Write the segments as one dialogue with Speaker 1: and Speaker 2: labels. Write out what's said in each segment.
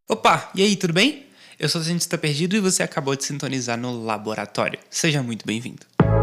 Speaker 1: Opa, e aí, tudo bem? Eu sou o Cientista Perdido e você acabou de sintonizar no Laboratório. Seja muito bem-vindo.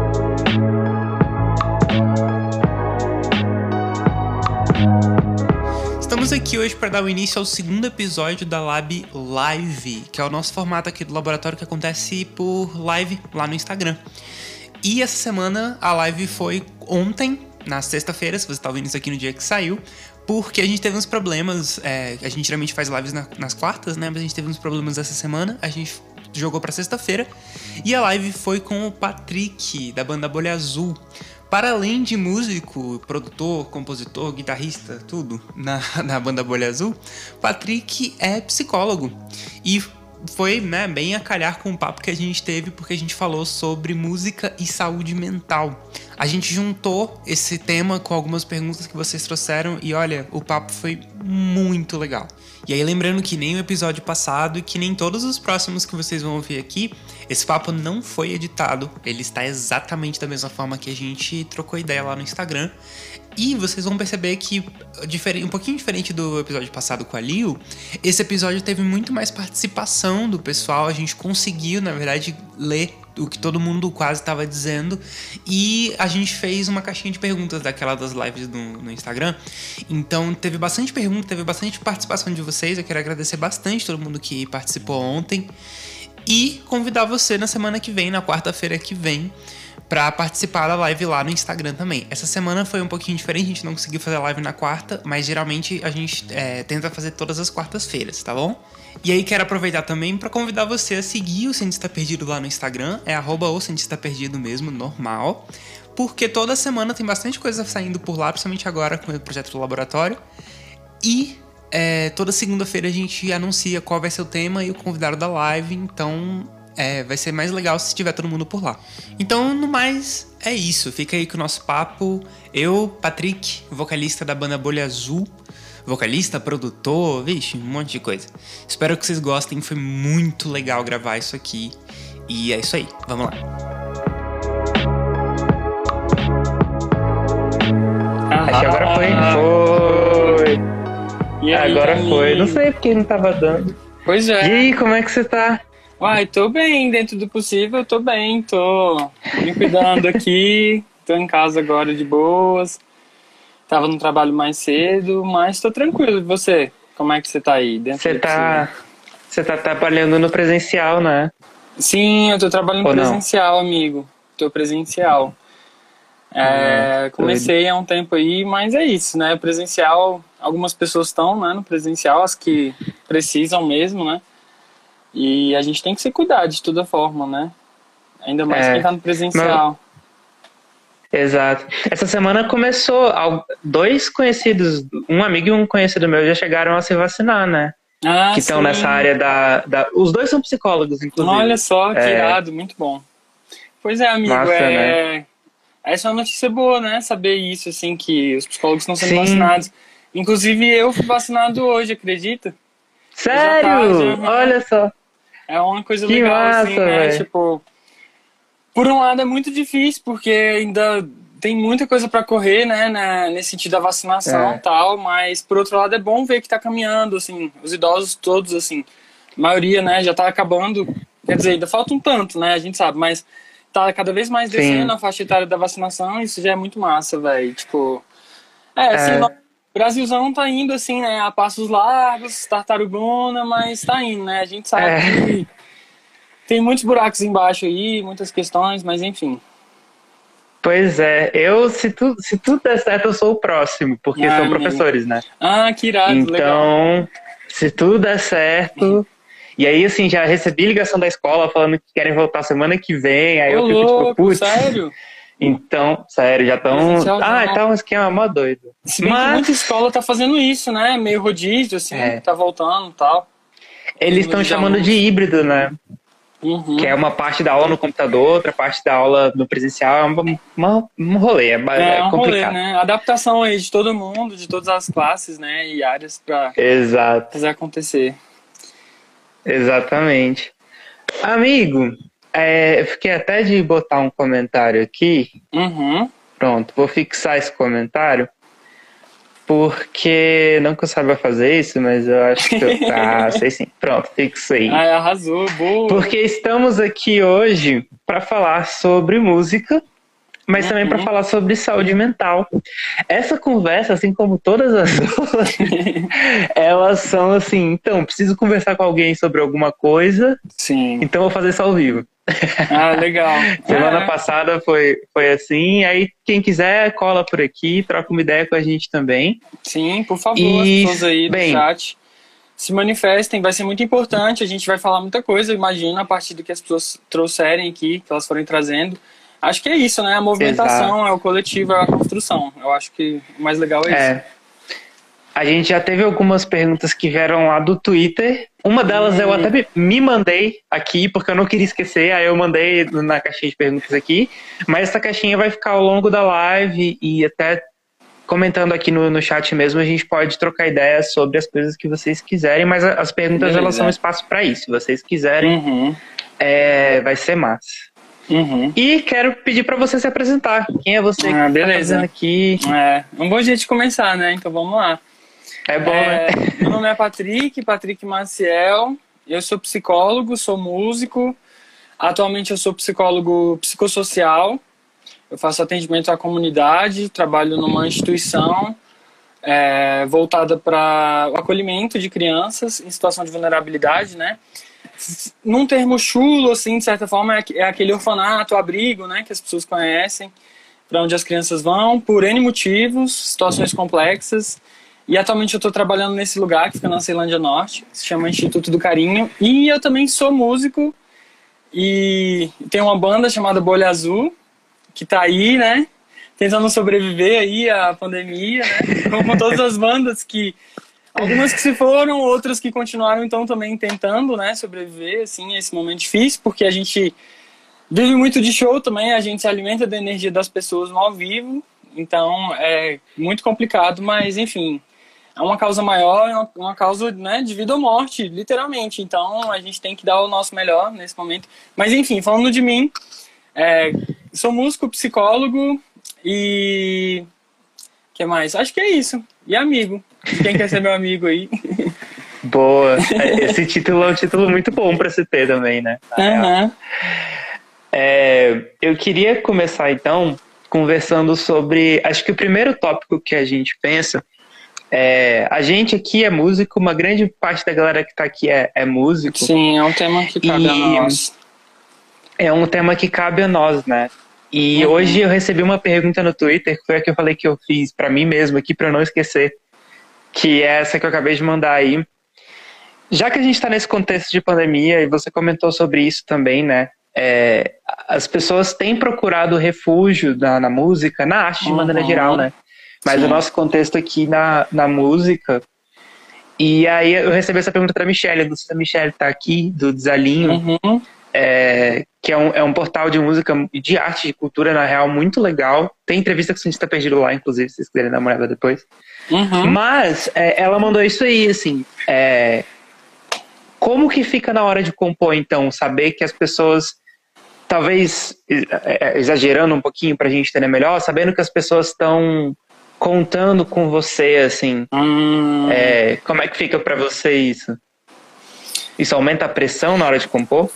Speaker 1: Estamos aqui hoje para dar o início ao segundo episódio da Lab Live, que é o nosso formato aqui do Laboratório que acontece por live lá no Instagram. E essa semana a live foi ontem, na sexta-feira, se você está ouvindo isso aqui no dia que saiu, porque a gente teve uns problemas, a gente geralmente faz lives nas quartas, né, mas a gente teve uns problemas essa semana, a gente jogou pra sexta-feira, e a live foi com o Patrick, da banda Bolha Azul. Para além de músico, produtor, compositor, guitarrista, tudo na banda Bolha Azul, Patrick é psicólogo, e foi, né, bem a calhar com o papo que a gente teve, porque a gente falou sobre música e saúde mental. A gente juntou esse tema com algumas perguntas que vocês trouxeram e olha, o papo foi muito legal. E aí lembrando que nem o episódio passado e que nem todos os próximos que vocês vão ouvir aqui, esse papo não foi editado, ele está exatamente da mesma forma que a gente trocou ideia lá no Instagram. E vocês vão perceber que, um pouquinho diferente do episódio passado com a Liu, esse episódio teve muito mais participação do pessoal, a gente conseguiu, na verdade, ler o que todo mundo quase estava dizendo, e a gente fez uma caixinha de perguntas daquela das lives no Instagram, então teve bastante pergunta, teve bastante participação de vocês, eu quero agradecer bastante todo mundo que participou ontem, e convidar você na semana que vem, na quarta-feira que vem, pra participar da live lá no Instagram também. Essa semana foi um pouquinho diferente, a gente não conseguiu fazer a live na quarta, mas geralmente a gente tenta fazer todas as quartas-feiras, tá bom? E aí quero aproveitar também pra convidar você a seguir o Cientista Perdido lá no Instagram, é @o Cientista Perdido mesmo, normal, porque toda semana tem bastante coisa saindo por lá, principalmente agora com o projeto do laboratório, e toda segunda-feira a gente anuncia qual vai ser o tema e o convidado da live, então vai ser mais legal se tiver todo mundo por lá. Então, no mais, é isso. Fica aí com o nosso papo. Eu, Patrick, vocalista da banda Bolha Azul. Vocalista, produtor, vixe, um monte de coisa. Espero que vocês gostem. Foi muito legal gravar isso aqui. E é isso aí. Vamos lá.
Speaker 2: Acho que agora foi.
Speaker 3: E aí,
Speaker 2: agora foi. Não sei porque não tava dando.
Speaker 3: Pois é.
Speaker 2: E aí, como é que você tá?
Speaker 3: Uai, tô bem, dentro do possível, tô bem, tô me cuidando aqui, tô em casa agora de boas, tava no trabalho mais cedo, mas tô tranquilo. E você? Como é que você tá aí?
Speaker 2: Você tá trabalhando no presencial, né?
Speaker 3: Sim, eu tô trabalhando
Speaker 2: Ou
Speaker 3: presencial, não? Amigo, tô presencial. Comecei há um tempo aí, mas é isso, né? Presencial, algumas pessoas estão, né, no presencial, as que precisam mesmo, né? E a gente tem que se cuidar de toda forma, né? Ainda mais quem tá no presencial.
Speaker 2: Exato. Essa semana começou, 2 conhecidos, um amigo e um conhecido meu já chegaram a se vacinar, né? Que estão nessa área Os 2 são psicólogos, inclusive.
Speaker 3: Olha só, que irado, muito bom. Pois é, amigo,
Speaker 2: Massa, né?
Speaker 3: Essa é uma notícia boa, né? Saber isso, assim, que os psicólogos estão sendo vacinados. Inclusive, eu fui vacinado hoje, acredita?
Speaker 2: Sério? Olha só.
Speaker 3: É uma coisa
Speaker 2: que
Speaker 3: legal,
Speaker 2: massa,
Speaker 3: assim, né?
Speaker 2: véio.
Speaker 3: Tipo, por um lado é muito difícil, porque ainda tem muita coisa pra correr, né? Nesse sentido da vacinação e tal, mas por outro lado é bom ver que tá caminhando, assim, os idosos todos, assim, a maioria, né, já tá acabando, quer dizer, ainda falta um tanto, né, a gente sabe, mas tá cada vez mais descendo a faixa etária da vacinação, isso já é muito massa, velho, tipo, assim, o Brasilzão tá indo, assim, né, a passos largos, tartarugona, mas tá indo, né, a gente sabe que tem muitos buracos embaixo aí, muitas questões, mas enfim.
Speaker 2: Pois é, se tudo der certo, eu sou o próximo, porque são professores, né?
Speaker 3: Que irado,
Speaker 2: então,
Speaker 3: legal.
Speaker 2: Se tudo der certo... E aí, assim, já recebi ligação da escola falando que querem voltar semana que vem, aí eu fico tipo, putz...
Speaker 3: Sério?
Speaker 2: Então, sério, já estão... então o esquema é mó doido.
Speaker 3: Se bem que muita escola tá fazendo isso, né? Meio rodízio, assim, tá voltando e tal.
Speaker 2: Eles estão chamando de híbrido, né?
Speaker 3: Uhum.
Speaker 2: Que é uma parte da aula no computador, outra parte da aula no presencial, é um rolê, é complicado.
Speaker 3: Rolê, né? Adaptação aí de todo mundo, de todas as classes, né? E áreas pra fazer acontecer.
Speaker 2: Exatamente. Amigo, eu fiquei até de botar um comentário aqui.
Speaker 3: Uhum.
Speaker 2: Pronto, vou fixar esse comentário. Porque, não que eu saiba fazer isso, mas eu acho que eu... Ah, sei sim. Pronto, fixei.
Speaker 3: Ah, arrasou, boa.
Speaker 2: Porque estamos aqui hoje para falar sobre música, mas também para falar sobre saúde mental. Essa conversa, assim como todas as outras, elas são assim, então, preciso conversar com alguém sobre alguma coisa,
Speaker 3: sim.
Speaker 2: Então vou fazer isso ao vivo.
Speaker 3: Ah, legal.
Speaker 2: Semana passada foi assim, aí quem quiser cola por aqui, troca uma ideia com a gente também.
Speaker 3: Sim, por favor, as pessoas aí do chat se manifestem, vai ser muito importante, a gente vai falar muita coisa, imagina, a partir do que as pessoas trouxerem aqui, que elas forem trazendo. Acho que é isso, né? A movimentação, Exato. É o coletivo, é a construção. Eu acho que o mais legal é isso.
Speaker 2: A gente já teve algumas perguntas que vieram lá do Twitter. Uma delas eu até me mandei aqui, porque eu não queria esquecer, aí eu mandei na caixinha de perguntas aqui. Mas essa caixinha vai ficar ao longo da live e até comentando aqui no chat mesmo, a gente pode trocar ideias sobre as coisas que vocês quiserem, mas as perguntas elas são espaço para isso. Se vocês quiserem, vai ser massa. E quero pedir para você se apresentar. Quem é você que tá fazendo aqui?
Speaker 3: Um bom jeito de começar, né? Então vamos lá.
Speaker 2: É bom, né?
Speaker 3: Meu nome é Patrick Maciel. Eu sou psicólogo, sou músico. Atualmente eu sou psicólogo psicossocial. Eu faço atendimento à comunidade, trabalho numa instituição voltada para o acolhimento de crianças em situação de vulnerabilidade, né? Num termo chulo, assim, de certa forma, é aquele orfanato, abrigo, né, que as pessoas conhecem, para onde as crianças vão, por N motivos, situações complexas. E atualmente eu estou trabalhando nesse lugar, que fica na Ceilândia Norte, que se chama Instituto do Carinho. E eu também sou músico e tenho uma banda chamada Bolha Azul, que está aí, né, tentando sobreviver aí à pandemia, né, como todas as bandas que... Algumas que se foram, outras que continuaram, então, também tentando, né, sobreviver, assim, a esse momento difícil, porque a gente vive muito de show também, a gente se alimenta da energia das pessoas no ao vivo, então é muito complicado, mas, enfim, é uma causa maior, uma causa, né, de vida ou morte, literalmente, então a gente tem que dar o nosso melhor nesse momento. Mas, enfim, falando de mim, sou músico, psicólogo e... o que mais? Acho que é isso. E amigo. Quem quer ser meu amigo aí?
Speaker 2: Boa. Esse título é um título muito bom para se ter também, né? Eu queria começar, então, conversando sobre... Acho que o primeiro tópico que a gente pensa a gente aqui é músico, uma grande parte da galera que está aqui é músico.
Speaker 3: Sim, é um tema que cabe a nós.
Speaker 2: É um tema que cabe a nós, né? E hoje eu recebi uma pergunta no Twitter, que foi a que eu falei que eu fiz para mim mesmo aqui, para não esquecer, que é essa que eu acabei de mandar aí. Já que a gente está nesse contexto de pandemia, e você comentou sobre isso também, né? As pessoas têm procurado refúgio na música, na arte de maneira geral, né? Mas o nosso contexto aqui na música... E aí eu recebi essa pergunta da Michelle, não sei se a Michelle tá aqui, do Desalinho, que é um portal de música, de arte, de cultura, na real, muito legal. Tem entrevista com o Cientista Perdido lá, inclusive, se vocês quiserem dar uma olhada depois. Mas ela mandou isso aí, assim, como que fica na hora de compor, então, saber que as pessoas, talvez, exagerando um pouquinho pra gente entender melhor, sabendo que as pessoas estão contando com você, assim, como é que fica pra você isso? Isso aumenta a pressão na hora de compor?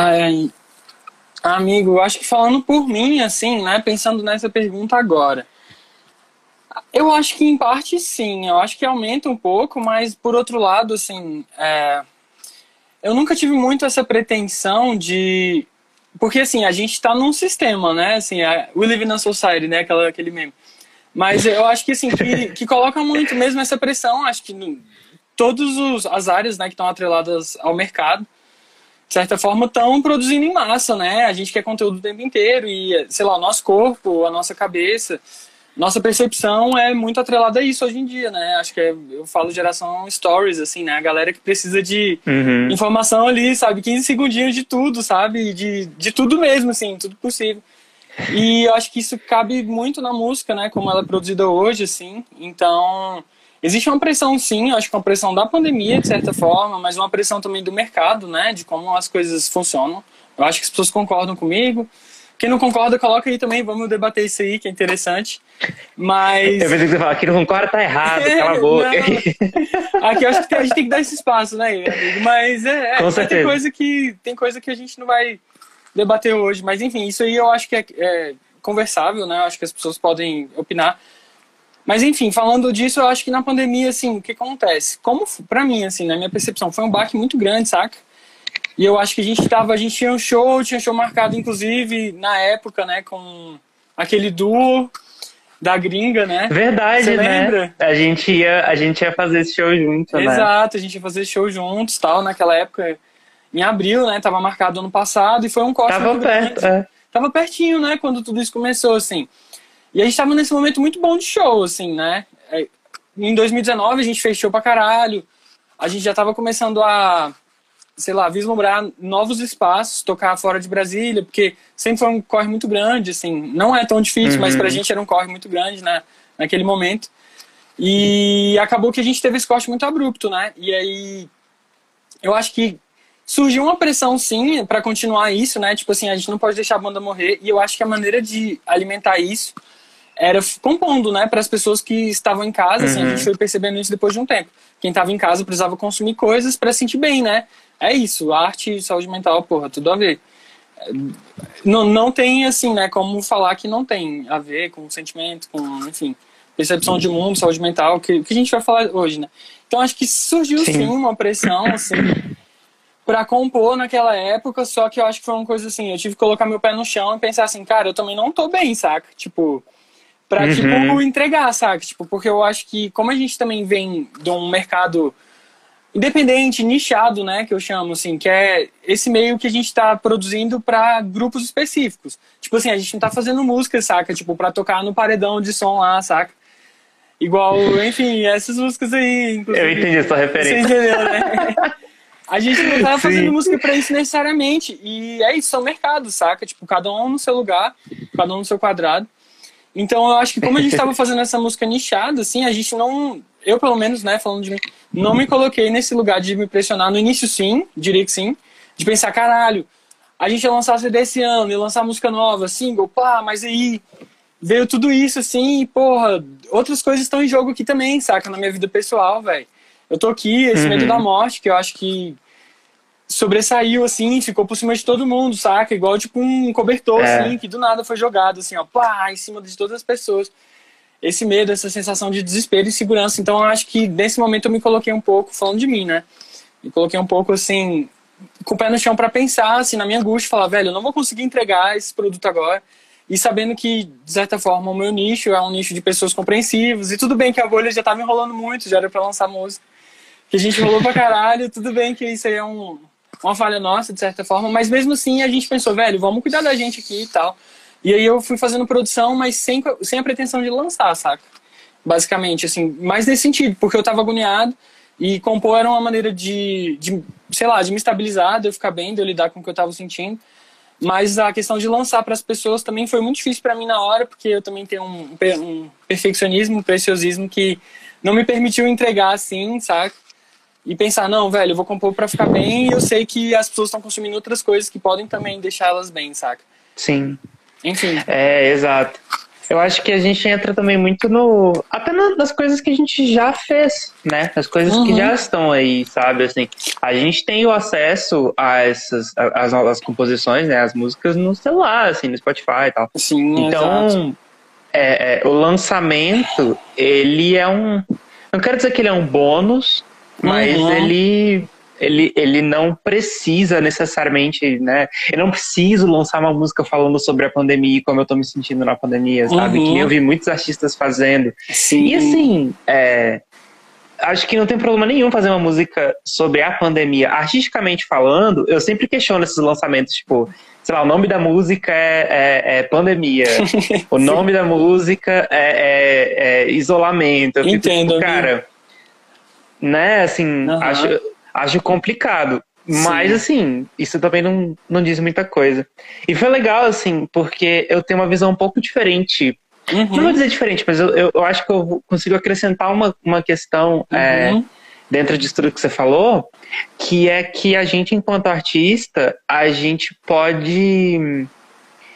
Speaker 3: Amigo, eu acho que falando por mim, assim, né, pensando nessa pergunta agora, eu acho que em parte sim, eu acho que aumenta um pouco, mas por outro lado, assim, eu nunca tive muito essa pretensão de... Porque, assim, a gente tá num sistema, né, assim, we live in a society, né, aquele meme. Mas eu acho que, assim, que coloca muito mesmo essa pressão, acho que todas as áreas, né, que estão atreladas ao mercado, de certa forma, estão produzindo em massa, né? A gente quer conteúdo o tempo inteiro e, sei lá, o nosso corpo, a nossa cabeça, nossa percepção é muito atrelada a isso hoje em dia, né? Acho que eu falo geração stories, assim, né? A galera que precisa de informação ali, sabe? 15 segundinhos de tudo, sabe? De tudo mesmo, assim, tudo possível. E eu acho que isso cabe muito na música, né? Como ela é produzida hoje, assim. Então... Existe uma pressão, sim, eu acho que uma pressão da pandemia, de certa forma, mas uma pressão também do mercado, né, de como as coisas funcionam. Eu acho que as pessoas concordam comigo. Quem não concorda, coloca aí também, vamos debater isso aí, que é interessante. Mas...
Speaker 2: Eu pensei que você falava, quem não concorda tá errado, cala a boca.
Speaker 3: Aqui eu acho que a gente tem que dar esse espaço, né, amigo? Mas
Speaker 2: Com certeza.
Speaker 3: Tem coisa que a gente não vai debater hoje. Mas enfim, isso aí eu acho que é conversável, né? Eu acho que as pessoas podem opinar. Mas enfim, falando disso, eu acho que na pandemia, assim, o que acontece? Como, pra mim, assim, na minha percepção, foi um baque muito grande, saca? E eu acho que a gente tinha um show marcado, inclusive, na época, né, com aquele duo da gringa, né?
Speaker 2: Verdade,
Speaker 3: Você
Speaker 2: né?
Speaker 3: lembra?
Speaker 2: A gente ia fazer esse show junto, né?
Speaker 3: Exato, a gente ia fazer show juntos, tal, naquela época, em abril, né, tava marcado ano passado, e foi um corte
Speaker 2: Tava
Speaker 3: muito
Speaker 2: perto,
Speaker 3: grande. Tava pertinho, né, quando tudo isso começou, assim. E a gente tava nesse momento muito bom de show, assim, né? Em 2019 a gente fez show pra caralho, a gente já tava começando a, sei lá, vislumbrar novos espaços, tocar fora de Brasília, porque sempre foi um corre muito grande, assim, não é tão difícil, mas pra gente era um corre muito grande, né, naquele momento. E acabou que a gente teve esse corte muito abrupto, né? E aí eu acho que surgiu uma pressão, sim, pra continuar isso, né? Tipo assim, a gente não pode deixar a banda morrer, e eu acho que a maneira de alimentar isso era compondo, né, para as pessoas que estavam em casa, assim, a gente foi percebendo isso depois de um tempo. Quem estava em casa precisava consumir coisas para se sentir bem, né? É isso, arte e saúde mental, porra, tudo a ver. Não tem, assim, né, como falar que não tem a ver com sentimento, com, enfim, percepção de mundo, saúde mental, que a gente vai falar hoje, né? Então acho que surgiu, sim, uma pressão, assim, pra compor naquela época, só que eu acho que foi uma coisa assim, eu tive que colocar meu pé no chão e pensar assim, cara, eu também não tô bem, saca? Tipo, pra, tipo, entregar, saca? Tipo, porque eu acho que, como a gente também vem de um mercado independente, nichado, né, que eu chamo, assim, que é esse meio que a gente tá produzindo pra grupos específicos. Tipo assim, a gente não tá fazendo música, saca? Tipo, pra tocar no paredão de som lá, saca? Igual, enfim, essas músicas aí, inclusive.
Speaker 2: Eu entendi a sua referência.
Speaker 3: Você entendeu, né? A gente não tava fazendo música pra isso necessariamente. E é isso, são mercados, saca? Tipo, cada um no seu lugar, cada um no seu quadrado. Então eu acho que como a gente tava fazendo essa música nichada, assim, a gente não... Eu, pelo menos, né, falando de mim, não me coloquei nesse lugar de me pressionar. No início, sim, diria que sim. De pensar, caralho, a gente ia lançar CD esse ano, ia lançar música nova, single, pá, mas aí veio tudo isso, assim, e, porra, outras coisas estão em jogo aqui também, saca? Na minha vida pessoal, velho. Eu tô aqui, esse medo da morte, que eu acho que sobressaiu, assim, ficou por cima de todo mundo, saca? Igual, tipo, um cobertor, assim, que do nada foi jogado, assim, ó, pá, em cima de todas as pessoas. Esse medo, essa sensação de desespero e segurança. Então, eu acho que, nesse momento, eu me coloquei um pouco, falando de mim, né? Me coloquei um pouco, assim, com o pé no chão pra pensar, assim, na minha angústia, falar, velho, eu não vou conseguir entregar esse produto agora. E sabendo que, de certa forma, o meu nicho é um nicho de pessoas compreensivas. E tudo bem que a bolha já tava enrolando muito, já era pra lançar música. Que a gente enrolou pra caralho, tudo bem que isso aí é uma falha nossa, de certa forma, mas mesmo assim a gente pensou, velho, vamos cuidar da gente aqui e tal. E aí eu fui fazendo produção, mas sem a pretensão de lançar, saca? Basicamente, assim, mais nesse sentido, porque eu tava agoniado e compor era uma maneira de sei lá, de me estabilizar, de eu ficar bem, de eu lidar com o que eu tava sentindo. Mas a questão de lançar para as pessoas também foi muito difícil para mim na hora, porque eu também tenho um perfeccionismo, um preciosismo que não me permitiu entregar assim, saca? E pensar, não, velho, eu vou compor pra ficar bem e eu sei que as pessoas estão consumindo outras coisas que podem também deixar elas bem, saca?
Speaker 2: Sim.
Speaker 3: Enfim.
Speaker 2: Exato. Eu acho que a gente entra também muito até nas coisas que a gente já fez, né? As coisas que já estão aí, sabe? Assim, a gente tem o acesso às novas composições, né? As músicas no celular, assim, no Spotify e tal.
Speaker 3: Sim,
Speaker 2: então, o lançamento, ele é não quero dizer que ele é um bônus, mas ele não precisa necessariamente, né? Eu não preciso lançar uma música falando sobre a pandemia e como eu tô me sentindo na pandemia, sabe? Que eu vi muitos artistas fazendo.
Speaker 3: Sim.
Speaker 2: E assim, acho que não tem problema nenhum fazer uma música sobre a pandemia. Artisticamente falando, eu sempre questiono esses lançamentos, tipo, sei lá, o nome da música é pandemia. O nome da música é isolamento. Eu
Speaker 3: Entendo,
Speaker 2: fico, cara, né, assim, acho complicado. Mas, assim, isso também não diz muita coisa. E foi legal, assim, porque eu tenho uma visão um pouco diferente. Não vou dizer diferente, mas eu acho que eu consigo acrescentar uma questão dentro disso tudo que você falou, que é que a gente, enquanto artista, a gente pode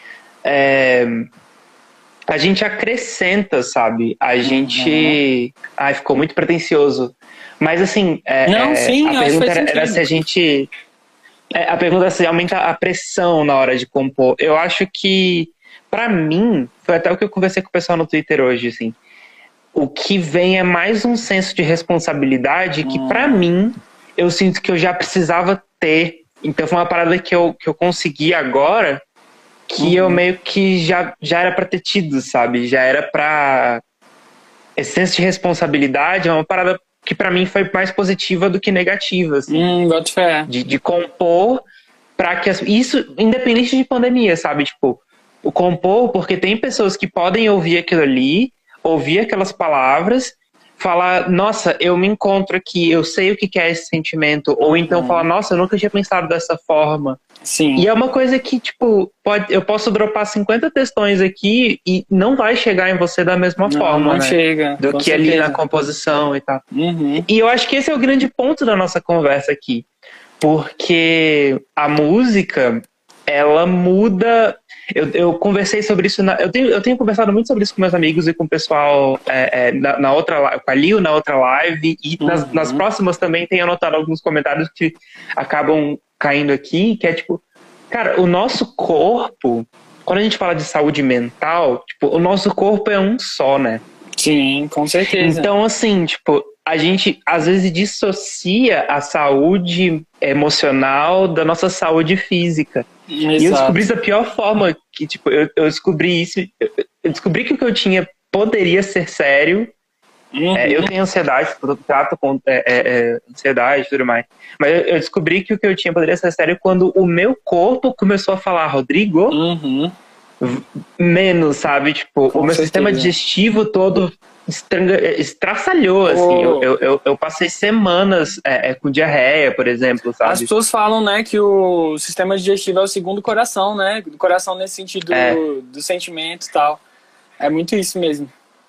Speaker 2: a gente acrescenta, sabe? A gente... Ai, ficou muito pretensioso. Mas, assim, a pergunta era se a gente... a pergunta é se aumenta a pressão na hora de compor. Eu acho que, pra mim, foi até o que eu conversei com o pessoal no Twitter hoje, assim. O que vem é mais um senso de responsabilidade que, pra mim, eu sinto que eu já precisava ter. Então, foi uma parada que eu consegui agora, que eu meio que já era pra ter tido, sabe? Já era pra... Esse senso de responsabilidade é uma parada que pra mim foi mais positiva do que negativa, assim.
Speaker 3: Boto fé.
Speaker 2: De compor pra que... Isso, independente de pandemia, sabe? Tipo, o compor, porque tem pessoas que podem ouvir aquilo ali, ouvir aquelas palavras, falar, nossa, eu me encontro aqui, eu sei o que é esse sentimento, ou então falar, nossa, eu nunca tinha pensado dessa forma.
Speaker 3: Sim.
Speaker 2: E é uma coisa que, tipo, eu posso dropar 50 textões aqui e não vai chegar em você da mesma forma,
Speaker 3: não
Speaker 2: né?
Speaker 3: chega,
Speaker 2: do que
Speaker 3: certeza.
Speaker 2: Ali na composição e tal. E eu acho que esse é o grande ponto da nossa conversa aqui, porque a música, ela muda... Eu conversei sobre isso, eu tenho conversado muito sobre isso com meus amigos e com o pessoal na outra, com a Lil na outra live, e nas próximas também tenho anotado alguns comentários que acabam caindo aqui, que é tipo, cara, o nosso corpo, quando a gente fala de saúde mental, tipo, o nosso corpo é um só, né?
Speaker 3: Sim, com certeza.
Speaker 2: Então, assim, tipo, a gente às vezes dissocia a saúde emocional da nossa saúde física.
Speaker 3: Exato.
Speaker 2: E eu descobri isso da pior forma, que tipo, eu descobri isso, eu descobri que o que eu tinha poderia ser sério. Eu tenho ansiedade, eu trato com ansiedade e tudo mais. Mas eu descobri que o que eu tinha poderia ser sério quando o meu corpo começou a falar, Rodrigo, menos, sabe? Tipo, o meu sistema digestivo todo estraçalhou, assim. Eu passei semanas com diarreia, por exemplo, sabe?
Speaker 3: As pessoas falam, né, que o sistema digestivo é o segundo coração, né? Do coração nesse sentido do sentimento e tal. É muito isso mesmo.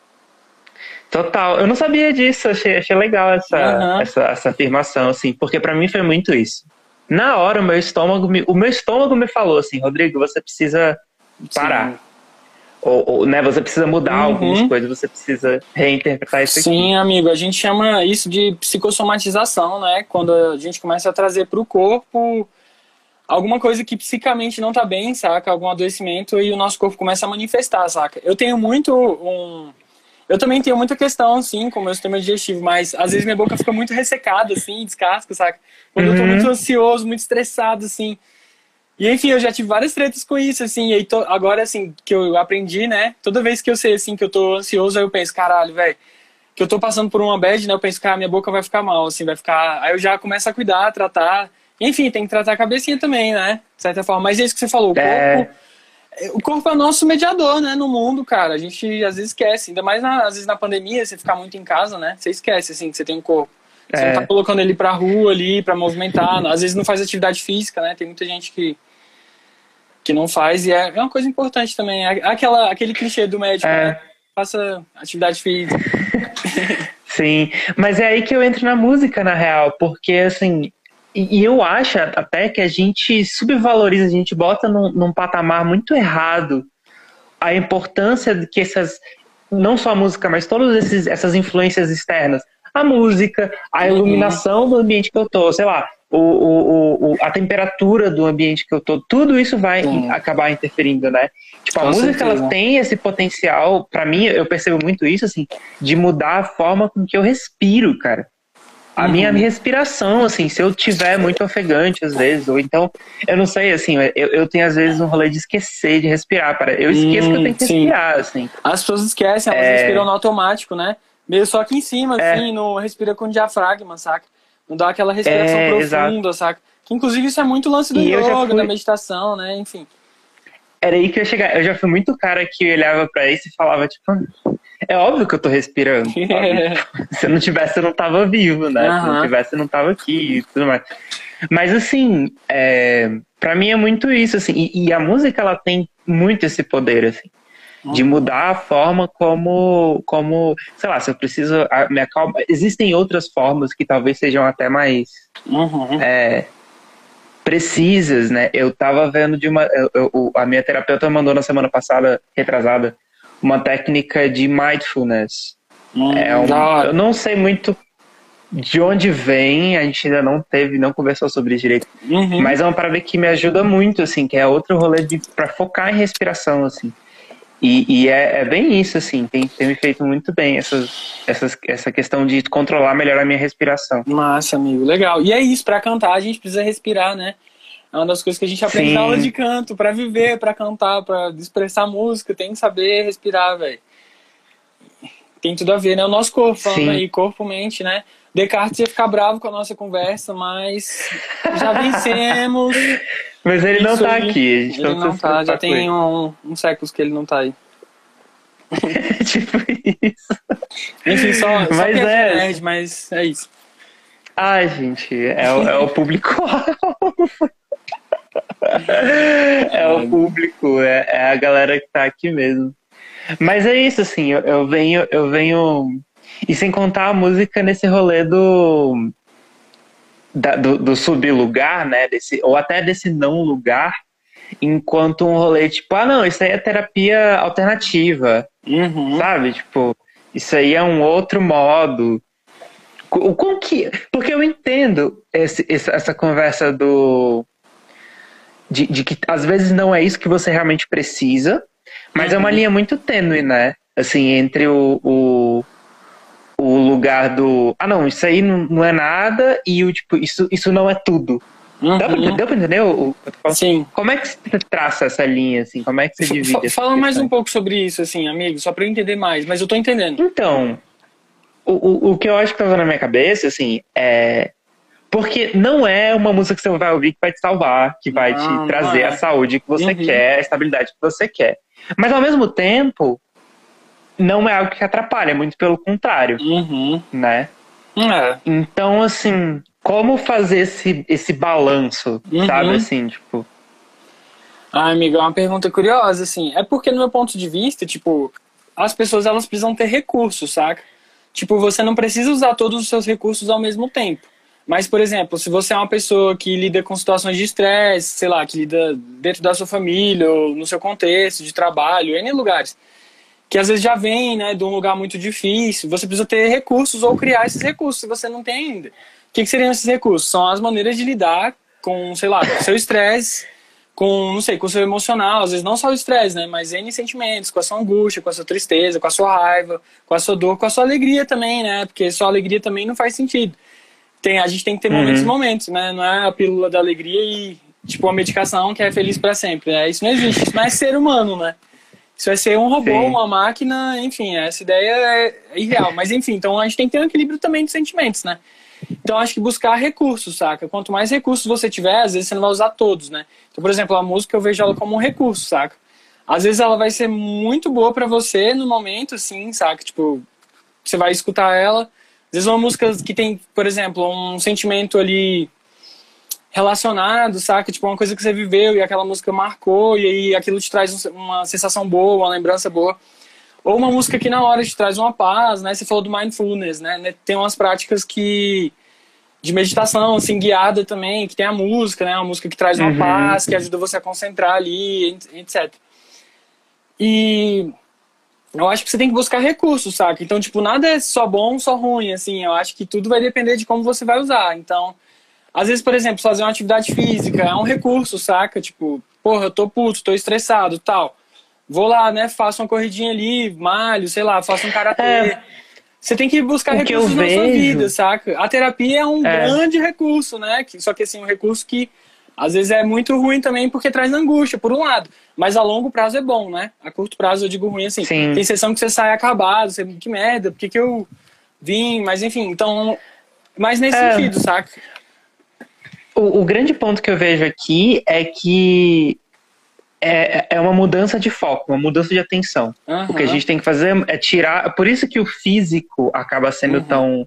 Speaker 2: Total. Eu não sabia disso. Achei legal essa afirmação, assim, porque pra mim foi muito isso. Na hora, o meu estômago me falou assim, Rodrigo, você precisa parar. Ou, né, você precisa mudar algumas coisas, você precisa reinterpretar isso aqui.
Speaker 3: Sim, amigo, a gente chama isso de psicossomatização, né? Quando a gente começa a trazer pro corpo alguma coisa que psicamente não tá bem, saca? Algum adoecimento e o nosso corpo começa a manifestar, saca? Eu também tenho muita questão, assim, com o meu sistema digestivo, mas às vezes minha boca fica muito ressecada, assim, descasca, saca? Quando eu tô muito ansioso, muito estressado, assim. E, enfim, eu já tive várias tretas com isso, assim, e aí agora, assim, que eu aprendi, né? Toda vez que eu sei, assim, que eu tô ansioso, aí eu penso, caralho, velho, que eu tô passando por uma bad, né? Eu penso, cara, minha boca vai ficar mal, assim, vai ficar... Aí eu já começo a cuidar, tratar... Enfim, tem que tratar a cabecinha também, né? De certa forma. Mas é isso que você falou, o corpo é o nosso mediador, né, no mundo, cara. A gente às vezes esquece, ainda mais às vezes na pandemia, você ficar muito em casa, né? Você esquece, assim, que você tem um corpo. Você não tá colocando ele pra rua ali, pra movimentar. Às vezes não faz atividade física, né? Tem muita gente que não faz e é uma coisa importante também. Aquele clichê do médico, né? Faça atividade física.
Speaker 2: Sim, mas é aí que eu entro na música, na real, porque, assim... E eu acho até que a gente subvaloriza, a gente bota num patamar muito errado a importância de que não só a música, mas todas essas influências externas, a música, a iluminação do ambiente que eu tô, sei lá, a temperatura do ambiente que eu tô, tudo isso vai acabar interferindo, né? Tipo, a música, ela tem esse potencial, pra mim, eu percebo muito isso, assim, de mudar a forma com que eu respiro, cara. A minha respiração, assim, se eu tiver muito ofegante às vezes, ou então, eu não sei, assim, eu tenho às vezes um rolê de esquecer de respirar, eu esqueço que eu tenho que respirar, assim.
Speaker 3: As pessoas esquecem, elas respiram no automático, né? Meio só aqui em cima, assim, não respira com diafragma, saca? Não dá aquela respiração profunda, saca? Que inclusive isso é muito lance do yoga, da meditação, né? Enfim.
Speaker 2: Era aí que eu ia chegar. Eu já fui muito cara que olhava pra isso e falava, tipo, é óbvio que eu tô respirando. Se eu não tivesse, eu não tava vivo, né? Se não tivesse, eu não tava aqui e tudo mais. Mas, assim, pra mim é muito isso, assim. E a música, ela tem muito esse poder, assim. De mudar a forma como, sei lá, se eu preciso me acalmar. Existem outras formas que talvez sejam até mais precisas, né? Eu tava vendo a minha terapeuta mandou na semana passada, retrasada, uma técnica de mindfulness. Eu não sei muito de onde vem, a gente ainda não conversou sobre isso direito, mas é uma parada que me ajuda muito, assim, que é outro rolê pra focar em respiração, assim. E é bem isso, assim, tem me feito muito bem essa questão de controlar melhor a minha respiração.
Speaker 3: Massa, amigo, legal. E é isso, pra cantar a gente precisa respirar, né? É uma das coisas que a gente aprende na aula de canto, pra viver, pra cantar, pra expressar música, tem que saber respirar, velho. Tem tudo a ver, né? O nosso corpo, falando aí, corpo, mente, né? Descartes ia ficar bravo com a nossa conversa, mas já vencemos.
Speaker 2: Mas ele não tá aqui, a gente
Speaker 3: ele não tá, já tem uns séculos que ele não tá aí.
Speaker 2: Tipo isso.
Speaker 3: Enfim, só
Speaker 2: mas
Speaker 3: nerd, mas é isso.
Speaker 2: Ai, gente, é o público-alvo. É o público, é a galera que tá aqui mesmo. Mas é isso, assim, eu venho. E sem contar a música nesse rolê do sublugar, né? Ou até desse não lugar, enquanto um rolê tipo, não, isso aí é terapia alternativa, sabe? Tipo, isso aí é um outro modo. Porque eu entendo essa conversa de que às vezes não é isso que você realmente precisa, mas é uma linha muito tênue, né? Assim, entre o lugar do não, isso aí não é nada e o tipo, isso não é tudo. Deu pra entender?
Speaker 3: Sim.
Speaker 2: Como é que se traça essa linha, assim? Como é que você divide?
Speaker 3: Fala mais um pouco sobre isso, assim, amigo, só pra eu entender mais, mas eu tô entendendo.
Speaker 2: Então, o que eu acho que tava na minha cabeça, assim, é... Porque não é uma música que você vai ouvir que vai te salvar, que vai te trazer a saúde que você quer, a estabilidade que você quer. Mas, ao mesmo tempo, não é algo que atrapalha, muito pelo contrário, né? Então, assim, como fazer esse balanço, sabe, assim, tipo...
Speaker 3: amigo, é uma pergunta curiosa, assim. É porque, no meu ponto de vista, tipo, as pessoas, elas precisam ter recursos, saca? Tipo, você não precisa usar todos os seus recursos ao mesmo tempo. Mas, por exemplo, se você é uma pessoa que lida com situações de estresse, sei lá, que lida dentro da sua família ou no seu contexto de trabalho, em lugares, que às vezes já vem, né, de um lugar muito difícil, você precisa ter recursos ou criar esses recursos, se você não tem ainda. O que seriam esses recursos? São as maneiras de lidar com, sei lá, com o seu estresse, com, não sei, com o seu emocional, às vezes não só o estresse, né, mas N sentimentos, com a sua angústia, com a sua tristeza, com a sua raiva, com a sua dor, com a sua alegria também, né, porque só alegria também não faz sentido. A gente tem que ter momentos e momentos, né, não é a pílula da alegria e, tipo, a medicação que é feliz pra sempre, né, isso não existe, isso não é ser humano, né. Isso vai ser um robô, uma máquina, enfim, essa ideia é irreal. Mas enfim, então a gente tem que ter um equilíbrio também de sentimentos, né? Então acho que buscar recursos, saca? Quanto mais recursos você tiver, às vezes você não vai usar todos, né? Então, por exemplo, a música eu vejo ela como um recurso, saca? Às vezes ela vai ser muito boa pra você no momento, assim, saca? Tipo, você vai escutar ela. Às vezes uma música que tem, por exemplo, um sentimento ali relacionado, saca? Tipo, uma coisa que você viveu e aquela música marcou e aí aquilo te traz uma sensação boa, uma lembrança boa. Ou uma música que na hora te traz uma paz, né? Você falou do mindfulness, né? Tem umas práticas de meditação, assim, guiada também, que tem a música, né? Uma música que traz uma paz, que ajuda você a concentrar ali, etc. E eu acho que você tem que buscar recursos, saca? Então, tipo, nada é só bom, só ruim, assim. Eu acho que tudo vai depender de como você vai usar. Então, às vezes, por exemplo, fazer uma atividade física é um recurso, saca? Tipo, porra, eu tô puto, tô estressado, tal. Vou lá, né, faço uma corridinha ali, malho, sei lá, faço um karatê. Você tem que buscar recursos na sua vida, saca? A terapia é um grande recurso, né? Só que, assim, um recurso que, às vezes, é muito ruim também porque traz angústia, por um lado. Mas a longo prazo é bom, né? A curto prazo eu digo ruim, assim.
Speaker 2: Sim.
Speaker 3: Tem sessão que você sai acabado, você, que merda, por que eu vim? Mas, enfim, então... Mas nesse sentido, saca?
Speaker 2: O grande ponto que eu vejo aqui é que é uma mudança de foco, uma mudança de atenção. O que a gente tem que fazer é tirar... Por isso que o físico acaba sendo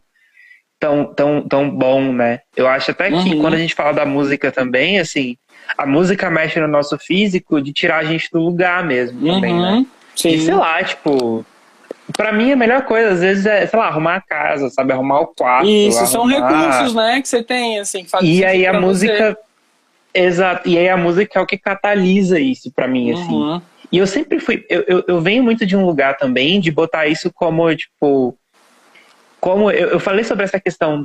Speaker 2: tão bom, né? Eu acho até que quando a gente fala da música também, assim, a música mexe no nosso físico de tirar a gente do lugar mesmo também, né?
Speaker 3: Sim.
Speaker 2: E sei lá, tipo... Pra mim, a melhor coisa, às vezes, é, sei lá, arrumar a casa, sabe? Arrumar o quarto.
Speaker 3: Isso, são recursos, né, que você tem, assim, que faz
Speaker 2: E aí a música... Exato. E aí a música é o que catalisa isso pra mim, assim. E eu sempre fui... Eu venho muito de um lugar também de botar isso como, tipo... Como eu falei sobre essa questão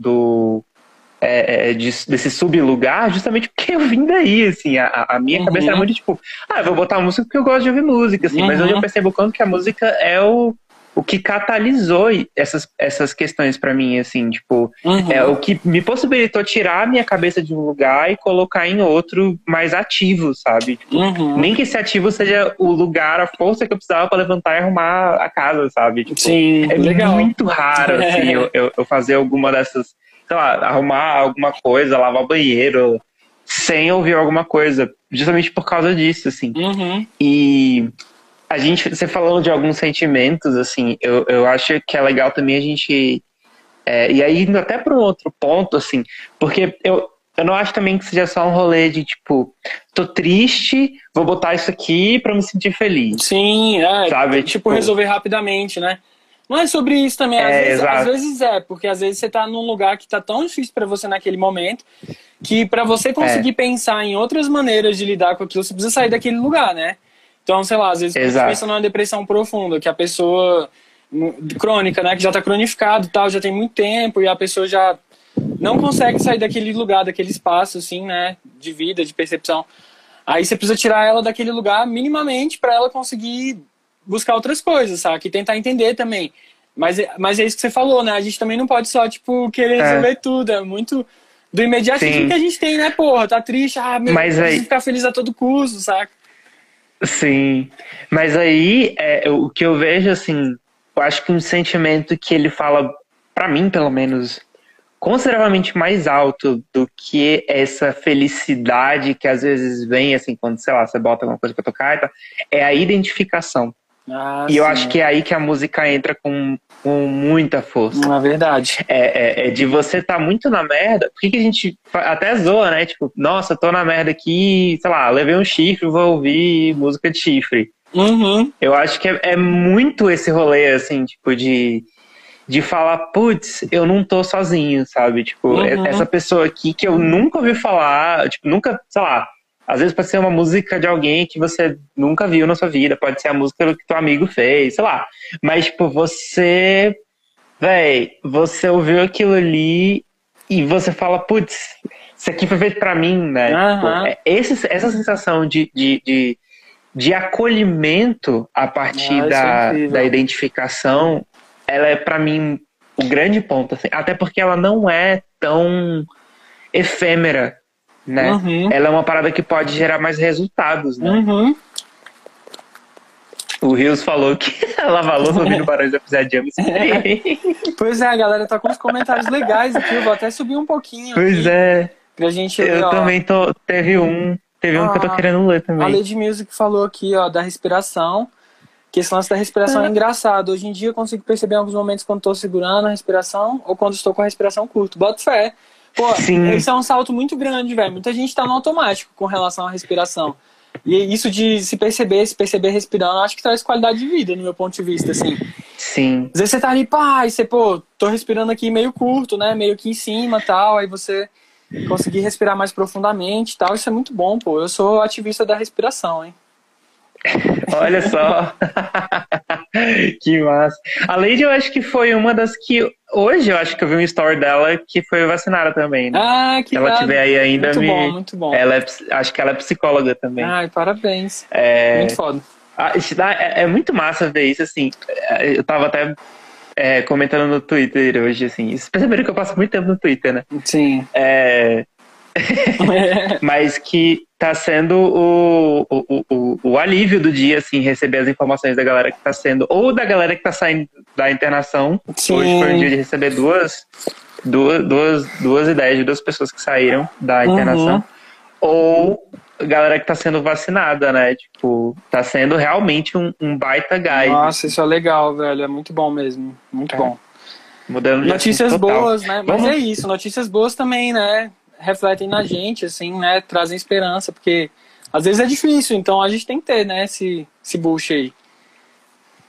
Speaker 2: desse sublugar, justamente porque eu vim daí, assim, a minha cabeça era muito tipo, eu vou botar música porque eu gosto de ouvir música, assim, mas hoje eu percebo quanto que a música é o que catalisou essas questões pra mim, assim, tipo, é o que me possibilitou tirar a minha cabeça de um lugar e colocar em outro mais ativo, sabe? Tipo, nem que esse ativo seja o lugar, a força que eu precisava pra levantar e arrumar a casa, sabe? Tipo,
Speaker 3: sim,
Speaker 2: é
Speaker 3: legal.
Speaker 2: muito raro, assim, eu fazer alguma dessas, sei lá, arrumar alguma coisa, lavar o banheiro, sem ouvir alguma coisa, justamente por causa disso, assim. E você falando de alguns sentimentos, assim, eu acho que é legal também a gente... e aí, indo até para um outro ponto, assim, porque eu não acho também que seja só um rolê de, tipo, tô triste, vou botar isso aqui pra me sentir feliz.
Speaker 3: Sim,
Speaker 2: sabe?
Speaker 3: Tipo, resolver rapidamente, né? Não é sobre isso também, às vezes porque às vezes você tá num lugar que tá tão difícil pra você naquele momento, que pra você conseguir pensar em outras maneiras de lidar com aquilo, você precisa sair daquele lugar, né? Então, sei lá, às vezes você pensa numa depressão profunda, que a pessoa crônica, né, que já tá cronificado e tal, já tem muito tempo, e a pessoa já não consegue sair daquele lugar, daquele espaço, assim, né, de vida, de percepção. Aí você precisa tirar ela daquele lugar minimamente pra ela conseguir buscar outras coisas, sabe? E tentar entender também. Mas é isso que você falou, né? A gente também não pode só, tipo, querer resolver tudo. É muito do imediatismo que a gente tem, né, porra? Tá triste, preciso ficar feliz a todo custo, saca?
Speaker 2: Sim. Mas aí, o que eu vejo, assim, eu acho que um sentimento que ele fala, pra mim, pelo menos, consideravelmente mais alto do que essa felicidade que às vezes vem, assim, quando, sei lá, você bota alguma coisa pra tocar e tal, é a identificação. E eu acho que é aí que a música entra com muita força.
Speaker 3: Na verdade.
Speaker 2: De você estar muito na merda. Por que a gente até zoa, né? Tipo, nossa, tô na merda aqui, sei lá, levei um chifre, vou ouvir música de chifre. Eu acho que é muito esse rolê, assim, tipo, de falar, putz, eu não tô sozinho, sabe? Tipo, essa pessoa aqui que eu nunca ouvi falar, tipo, nunca, sei lá, às vezes pode ser uma música de alguém que você nunca viu na sua vida, pode ser a música que teu amigo fez, sei lá. Mas, tipo, você ouviu aquilo ali e você fala, putz, isso aqui foi feito pra mim, né? Tipo, essa sensação de acolhimento a partir da identificação, ela é pra mim o grande ponto, assim, até porque ela não é tão efêmera, né? Ela é uma parada que pode gerar mais resultados, né? O Rios falou que a lava-louça ouvindo barulho da Pizza Jam.
Speaker 3: Pois é, a galera tá com uns comentários legais aqui, eu vou até subir um pouquinho.
Speaker 2: Pois é.
Speaker 3: Pra gente
Speaker 2: ler, também teve um que eu tô querendo ler também.
Speaker 3: A Lady Music falou aqui, ó, da respiração, que esse lance da respiração é engraçado. Hoje em dia eu consigo perceber em alguns momentos quando tô segurando a respiração ou quando estou com a respiração curta. Bota fé. Pô, isso é um salto muito grande, velho. Muita gente tá no automático com relação à respiração. E isso de se perceber respirando, acho que traz qualidade de vida, no meu ponto de vista, assim.
Speaker 2: Sim.
Speaker 3: Às vezes você tá ali, pá, e você, tô respirando aqui meio curto, né, meio que em cima e tal, aí você conseguir respirar mais profundamente e tal, isso é muito bom, pô. Eu sou ativista da respiração, hein.
Speaker 2: Olha só. Que massa. A Lady, eu acho que foi uma das que hoje eu acho que eu vi um story dela que foi vacinada também, né?
Speaker 3: Que
Speaker 2: ela tiver aí ainda
Speaker 3: muito bom.
Speaker 2: Acho que ela é psicóloga também.
Speaker 3: Parabéns. Muito foda.
Speaker 2: É muito massa ver isso, assim. Eu tava até comentando no Twitter hoje, assim. Vocês perceberam que eu passo muito tempo no Twitter, né?
Speaker 3: Sim.
Speaker 2: Mas que tá sendo o alívio do dia, assim, receber as informações da galera que tá sendo, ou da galera que tá saindo da internação.
Speaker 3: Sim.
Speaker 2: Hoje foi um dia de receber duas ideias de duas pessoas que saíram da internação, ou galera que tá sendo vacinada, né? Tipo, tá sendo realmente um baita guide.
Speaker 3: Nossa, isso é legal, velho, é muito bom mesmo, muito bom.
Speaker 2: Mudando de
Speaker 3: notícias boas, né? Mas é isso, notícias boas também, né? Refletem na gente, assim, né? Trazem esperança, porque às vezes é difícil, então a gente tem que ter, né? Esse boost aí.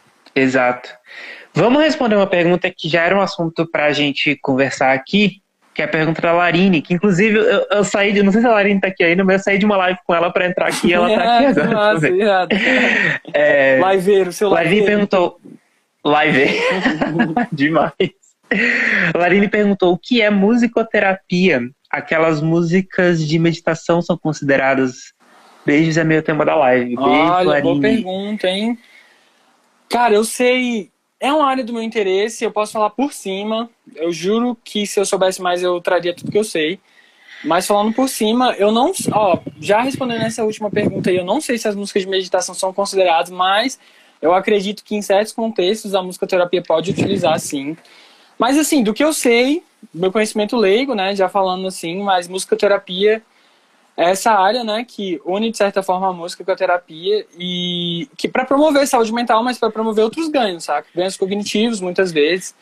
Speaker 2: Exato. Vamos responder uma pergunta que já era um assunto pra gente conversar aqui, que é a pergunta da Larine, que inclusive eu saí de, não sei se a Larine tá aqui ainda, mas eu saí de uma live com ela pra entrar aqui e ela tá aqui agora.
Speaker 3: Nossa, irado. Liveiro, seu
Speaker 2: liveiro. Larine perguntou... Live. Demais. Larine perguntou o que é musicoterapia? Aquelas músicas de meditação são consideradas... Beijos é meio tema da live. Beijo,
Speaker 3: olha,
Speaker 2: Larine.
Speaker 3: boa pergunta, hein? Cara, eu sei... É uma área do meu interesse, eu posso falar por cima. Eu juro que se eu soubesse mais, eu traria tudo que eu sei. Mas falando por cima, eu não... já respondendo essa última pergunta aí, eu não sei se as músicas de meditação são consideradas, mas eu acredito que em certos contextos a musicoterapia pode utilizar, sim. Mas assim, do que eu sei, meu conhecimento leigo, né, já falando assim, mas musicoterapia é essa área, né, que une de certa forma a música com a terapia e que para promover saúde mental, mas para promover outros ganhos, sabe? Ganhos cognitivos, muitas vezes.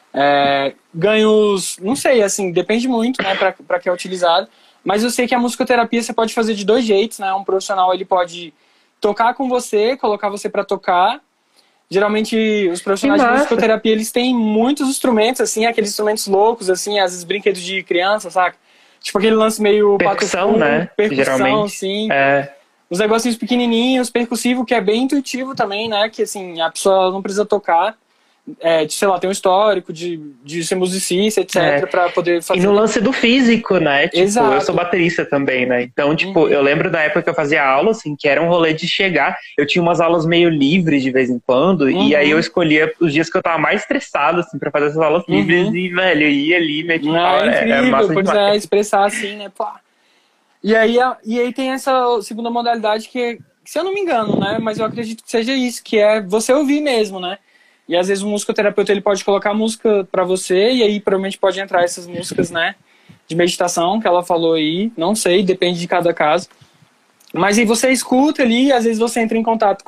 Speaker 3: Ganhos, não sei, assim, depende muito, né, para que é utilizado. Mas eu sei que a musicoterapia você pode fazer de dois jeitos, né? Um profissional, ele pode tocar com você, colocar você para tocar. Geralmente, os profissionais de musicoterapia, eles têm muitos instrumentos, assim, aqueles instrumentos loucos, assim, às vezes brinquedos de criança, saca? Tipo aquele lance meio
Speaker 2: percussão, né?
Speaker 3: Percussão,
Speaker 2: geralmente.
Speaker 3: sim. Uns negocinhos pequenininhos, percussivo, que é bem intuitivo também, né? Que, assim, a pessoa não precisa tocar. Sei lá, tem um histórico de ser musicista, etc, pra poder fazer.
Speaker 2: E no lance do físico, né? Tipo,
Speaker 3: exato.
Speaker 2: Eu sou baterista também, né? Então, tipo, eu lembro da época que eu fazia aula, assim, que era um rolê de chegar. Eu tinha umas aulas meio livres de vez em quando, e aí eu escolhia os dias que eu tava mais estressado, assim, pra fazer essas aulas livres, e, velho, eu ia ali, meio
Speaker 3: incrível, pois expressar assim, né? Pô. E aí tem essa segunda modalidade que, se eu não me engano, né? Mas eu acredito que seja isso, que é você ouvir mesmo, né? E às vezes o musicoterapeuta, ele pode colocar música pra você, e aí provavelmente pode entrar essas músicas, né, de meditação que ela falou aí, não sei, depende de cada caso. Mas aí você escuta ali, e às vezes você entra em contato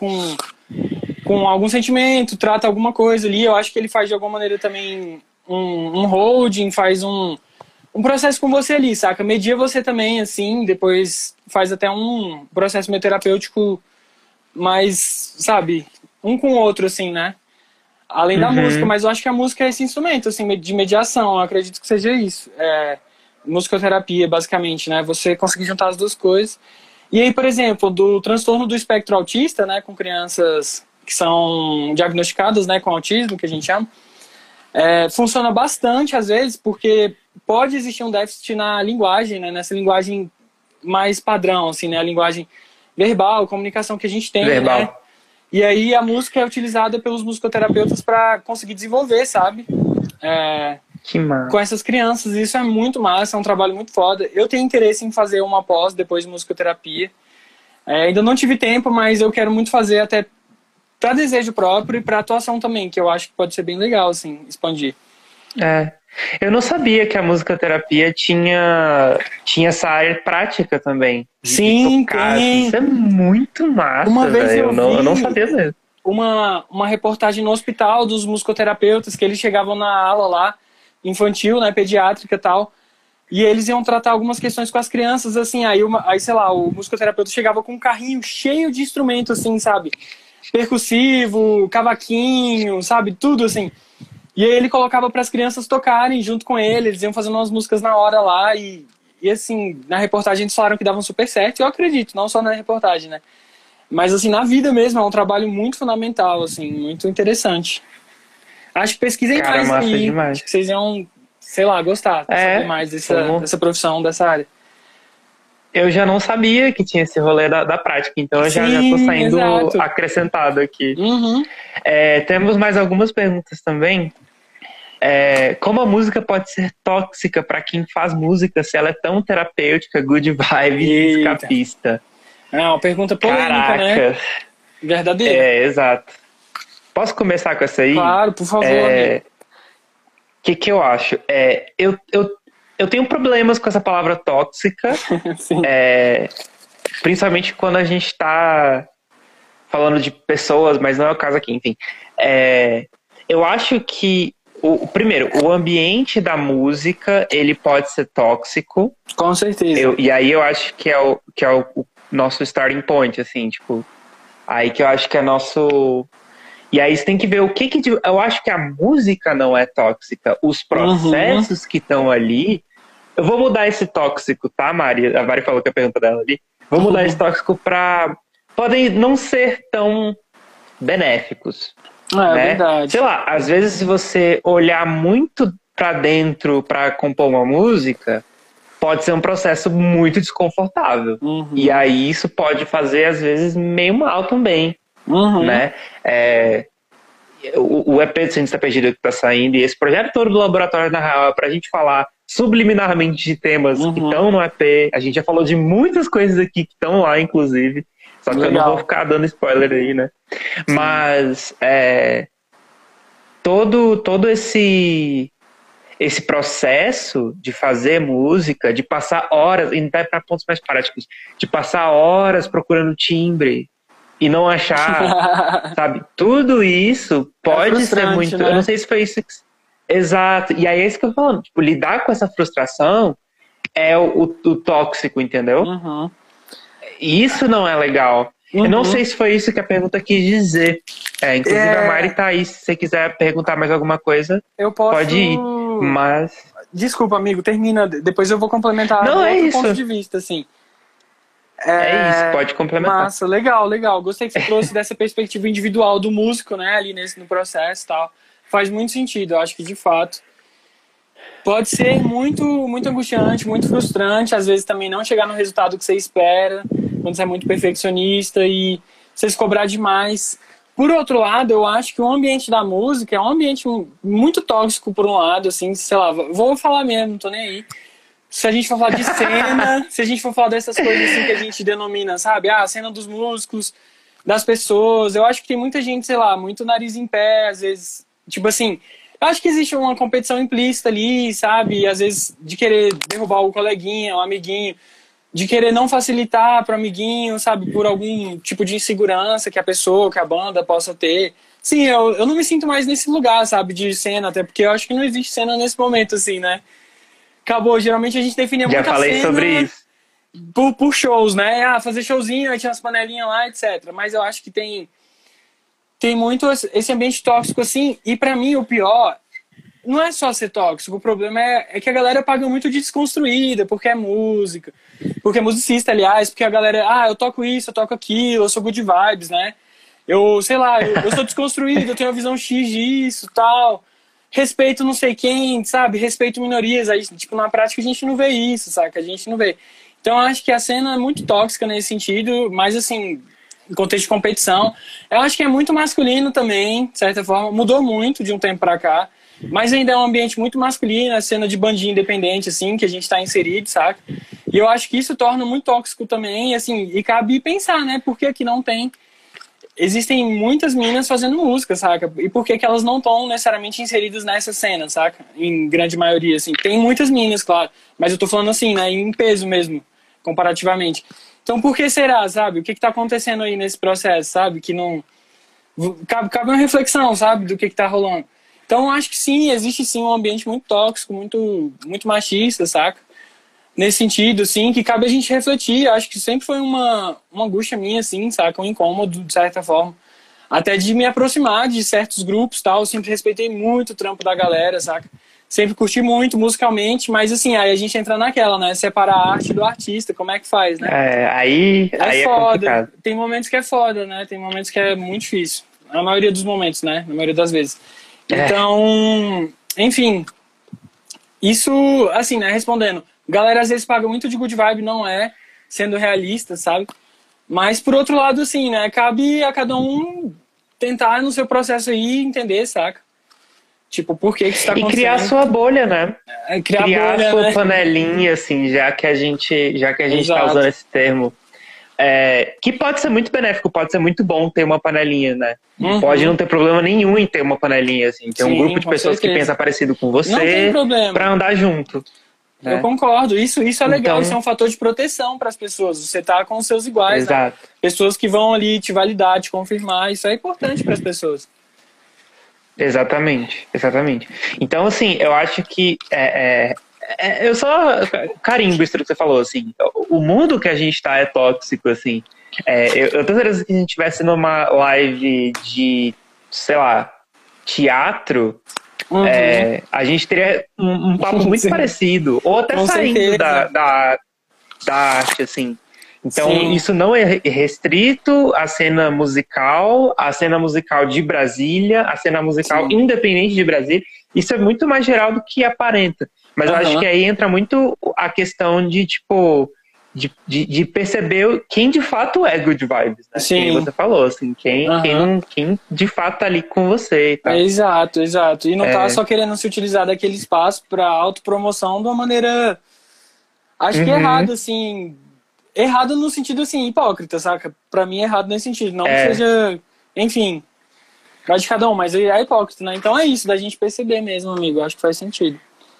Speaker 3: com algum sentimento, trata alguma coisa ali. Eu acho que ele faz de alguma maneira também um holding, faz um processo com você ali, saca? Media você também, assim, depois faz até um processo meio terapêutico, mas, sabe, um com o outro, assim, né? Além da música, mas eu acho que a música é esse instrumento, assim, de mediação, eu acredito que seja isso. Musicoterapia, basicamente, né? Você conseguir juntar as duas coisas. E aí, por exemplo, do transtorno do espectro autista, né? Com crianças que são diagnosticadas, né? Com autismo, que a gente chama. Funciona bastante, às vezes, porque pode existir um déficit na linguagem, né? Nessa linguagem mais padrão, assim, né? A linguagem verbal, comunicação que a gente tem,
Speaker 2: verbal,
Speaker 3: né? E aí a música é utilizada pelos musicoterapeutas para conseguir desenvolver, sabe?
Speaker 2: Que massa.
Speaker 3: Com essas crianças. Isso é muito massa, é um trabalho muito foda. Eu tenho interesse em fazer uma pós depois de musicoterapia. Ainda não tive tempo, mas eu quero muito fazer até para desejo próprio e para atuação também, que eu acho que pode ser bem legal, assim, expandir.
Speaker 2: Eu não sabia que a musicoterapia tinha essa área prática também.
Speaker 3: Sim, tem.
Speaker 2: Isso é muito massa.
Speaker 3: Uma vez eu
Speaker 2: não sabia mesmo.
Speaker 3: Uma reportagem no hospital dos musicoterapeutas, que eles chegavam na aula lá, infantil, né, pediátrica e tal, e eles iam tratar algumas questões com as crianças, assim, aí sei lá, o musicoterapeuta chegava com um carrinho cheio de instrumento, assim, sabe? Percussivo, cavaquinho, sabe? Tudo, assim. E aí ele colocava para as crianças tocarem junto com ele, eles iam fazendo umas músicas na hora lá, e assim, na reportagem eles falaram que davam super certo, e eu acredito, não só na reportagem, né? Mas assim, na vida mesmo, é um trabalho muito fundamental, assim, muito interessante. Acho que pesquisem mais aí,
Speaker 2: demais.
Speaker 3: Acho que vocês iam, sei lá, gostar, saber mais dessa profissão, dessa área.
Speaker 2: Eu já não sabia que tinha esse rolê da prática, então eu já tô saindo acrescentado aqui. Temos mais algumas perguntas também. Como a música pode ser tóxica para quem faz música se ela é tão terapêutica, good vibes e escapista?
Speaker 3: Uma pergunta polêmica, né? Verdadeira.
Speaker 2: Exato. Posso começar com essa aí?
Speaker 3: Claro, por favor.
Speaker 2: O que eu acho? Eu tenho problemas com essa palavra tóxica, principalmente quando a gente está falando de pessoas, mas não é o caso aqui, enfim. Eu acho que, primeiro, o ambiente da música, ele pode ser tóxico.
Speaker 3: Com certeza.
Speaker 2: E aí eu acho que é o nosso starting point, assim, tipo, aí que eu acho que é nosso... E aí você tem que ver o que eu acho que a música não é tóxica, os processos que estão ali Eu vou mudar esse tóxico, tá, Mari? A Mari falou que a pergunta dela ali. Vou mudar esse tóxico pra... Podem não ser tão benéficos.
Speaker 3: É
Speaker 2: né?
Speaker 3: verdade.
Speaker 2: Sei lá, às vezes se você olhar muito pra dentro pra compor uma música, pode ser um processo muito desconfortável. E aí isso pode fazer, às vezes, meio mal também. Né? O EP do Cientista Perdido que tá saindo, e esse projeto todo do Laboratório na Real é pra gente falar subliminarmente de temas que estão no EP. A gente já falou de muitas coisas aqui que estão lá, inclusive. Só que eu não vou ficar dando spoiler aí, né? Sim. Mas todo esse processo de fazer música, de passar horas, indo para pontos mais práticos, de passar horas procurando timbre e não achar, sabe? Tudo isso pode ser muito... Né? Eu não sei se foi isso que... Exato. E aí é isso que eu tô falando. Tipo, lidar com essa frustração é o tóxico, entendeu? Isso não é legal. Eu não sei se foi isso que a pergunta quis dizer. Inclusive a Mari tá aí. Se você quiser perguntar mais alguma coisa, pode ir. Mas...
Speaker 3: Desculpa, amigo, termina. Depois eu vou complementar outro ponto de vista, assim.
Speaker 2: É isso, pode complementar.
Speaker 3: Massa, legal. Gostei que você trouxe dessa perspectiva individual do músico, né, ali no processo e tal. Faz muito sentido, eu acho que de fato. Pode ser muito, muito angustiante, muito frustrante, às vezes também não chegar no resultado que você espera, quando você é muito perfeccionista e você se cobrar demais. Por outro lado, eu acho que o ambiente da música é um ambiente muito tóxico, por um lado, assim, sei lá, vou falar mesmo, não tô nem aí. Se a gente for falar de cena, se a gente for falar dessas coisas assim que a gente denomina, sabe? A cena dos músicos, das pessoas, eu acho que tem muita gente, sei lá, muito nariz em pé, às vezes, tipo assim... Eu acho que existe uma competição implícita ali, sabe? Às vezes de querer derrubar o coleguinha, o amiguinho, de querer não facilitar para o amiguinho, sabe? Por algum tipo de insegurança que a pessoa, que a banda possa ter. Sim, eu não me sinto mais nesse lugar, sabe? De cena, até porque eu acho que não existe cena nesse momento, assim, né? Acabou, geralmente a gente definia muita cena...
Speaker 2: Já falei sobre isso.
Speaker 3: Por shows, né? Fazer showzinho, aí tinha as panelinhas lá, etc. Mas eu acho que tem muito esse ambiente tóxico, assim, e pra mim o pior não é só ser tóxico, o problema é que a galera paga muito de desconstruída, porque é música, porque é musicista, aliás, porque a galera, eu toco isso, eu toco aquilo, eu sou good vibes, né? Eu, sei lá, eu sou desconstruído, eu tenho uma visão X disso, tal, respeito não sei quem, sabe? Respeito minorias, aí, tipo, na prática a gente não vê isso, saca? A gente não vê. Então eu acho que a cena é muito tóxica nesse sentido, mas assim... em contexto de competição, eu acho que é muito masculino também, de certa forma, mudou muito de um tempo pra cá, mas ainda é um ambiente muito masculino, a cena de bandinha independente, assim, que a gente tá inserido, saca? E eu acho que isso torna muito tóxico também, assim, e cabe pensar, né, por que que não tem... Existem muitas meninas fazendo música, saca? E por que que elas não estão necessariamente inseridas nessa cena, saca? Em grande maioria, assim. Tem muitas meninas, claro, mas eu tô falando assim, né, em peso mesmo, comparativamente. Então, por que será, sabe? O que está acontecendo aí nesse processo, sabe? Que não... Cabe uma reflexão, sabe? Do que está rolando. Então, eu acho que sim, existe sim um ambiente muito tóxico, muito, muito machista, saca? Nesse sentido, sim, que cabe a gente refletir. Eu acho que sempre foi uma angústia minha, assim, saca? Um incômodo, de certa forma. Até de me aproximar de certos grupos, tal. Eu sempre respeitei muito o trampo da galera, saca? Sempre curti muito musicalmente, mas assim, aí a gente entra naquela, né? Separar a arte do artista, como é que faz, né?
Speaker 2: Aí é
Speaker 3: foda.
Speaker 2: Complicado.
Speaker 3: Tem momentos que é foda, né? Tem momentos que é muito difícil. Na maioria dos momentos, né? Na maioria das vezes. Então, enfim. Isso, assim, né? Respondendo. Galera às vezes paga muito de good vibe, não é? Sendo realista, sabe? Mas por outro lado, assim, né? Cabe a cada um tentar no seu processo aí entender, saca? Tipo, por que isso tá acontecendo?
Speaker 2: E criar sua bolha, né?
Speaker 3: Criar
Speaker 2: bolha, sua
Speaker 3: né?
Speaker 2: panelinha, assim, já que a gente tá usando esse termo. Que pode ser muito benéfico, pode ser muito bom ter uma panelinha, né? Pode não ter problema nenhum em ter uma panelinha, assim. Ter um grupo de pessoas que pensa parecido com você pra andar junto.
Speaker 3: Né? Eu concordo, isso é legal, então, isso é um fator de proteção para as pessoas. Você tá com os seus iguais,
Speaker 2: exato.
Speaker 3: Né? Pessoas que vão ali te validar, te confirmar, isso é importante para as pessoas.
Speaker 2: Exatamente. Então, assim, eu acho que eu só carimbo isso que você falou, assim. O mundo que a gente tá é tóxico, assim. Eu tenho certeza que se a gente estivesse numa live de, sei lá, teatro, a gente teria um papo muito parecido, ou até saindo da arte, assim. Então, isso não é restrito à cena musical de Brasília, à cena musical independente de Brasília. Isso é muito mais geral do que aparenta. Mas eu acho que aí entra muito a questão de, tipo, de perceber quem de fato é Good Vibes, né?
Speaker 3: Sim.
Speaker 2: Quem você falou, assim, quem de fato tá ali com você e tal.
Speaker 3: Exato. E não tá só querendo se utilizar daquele espaço pra autopromoção de uma maneira, acho que errada, assim, errado no sentido, assim, hipócrita, saca? Pra mim é errado nesse sentido, não que seja, enfim, vai de cada um, mas é hipócrita, né? Então é isso, da gente perceber mesmo, amigo, acho que faz sentido.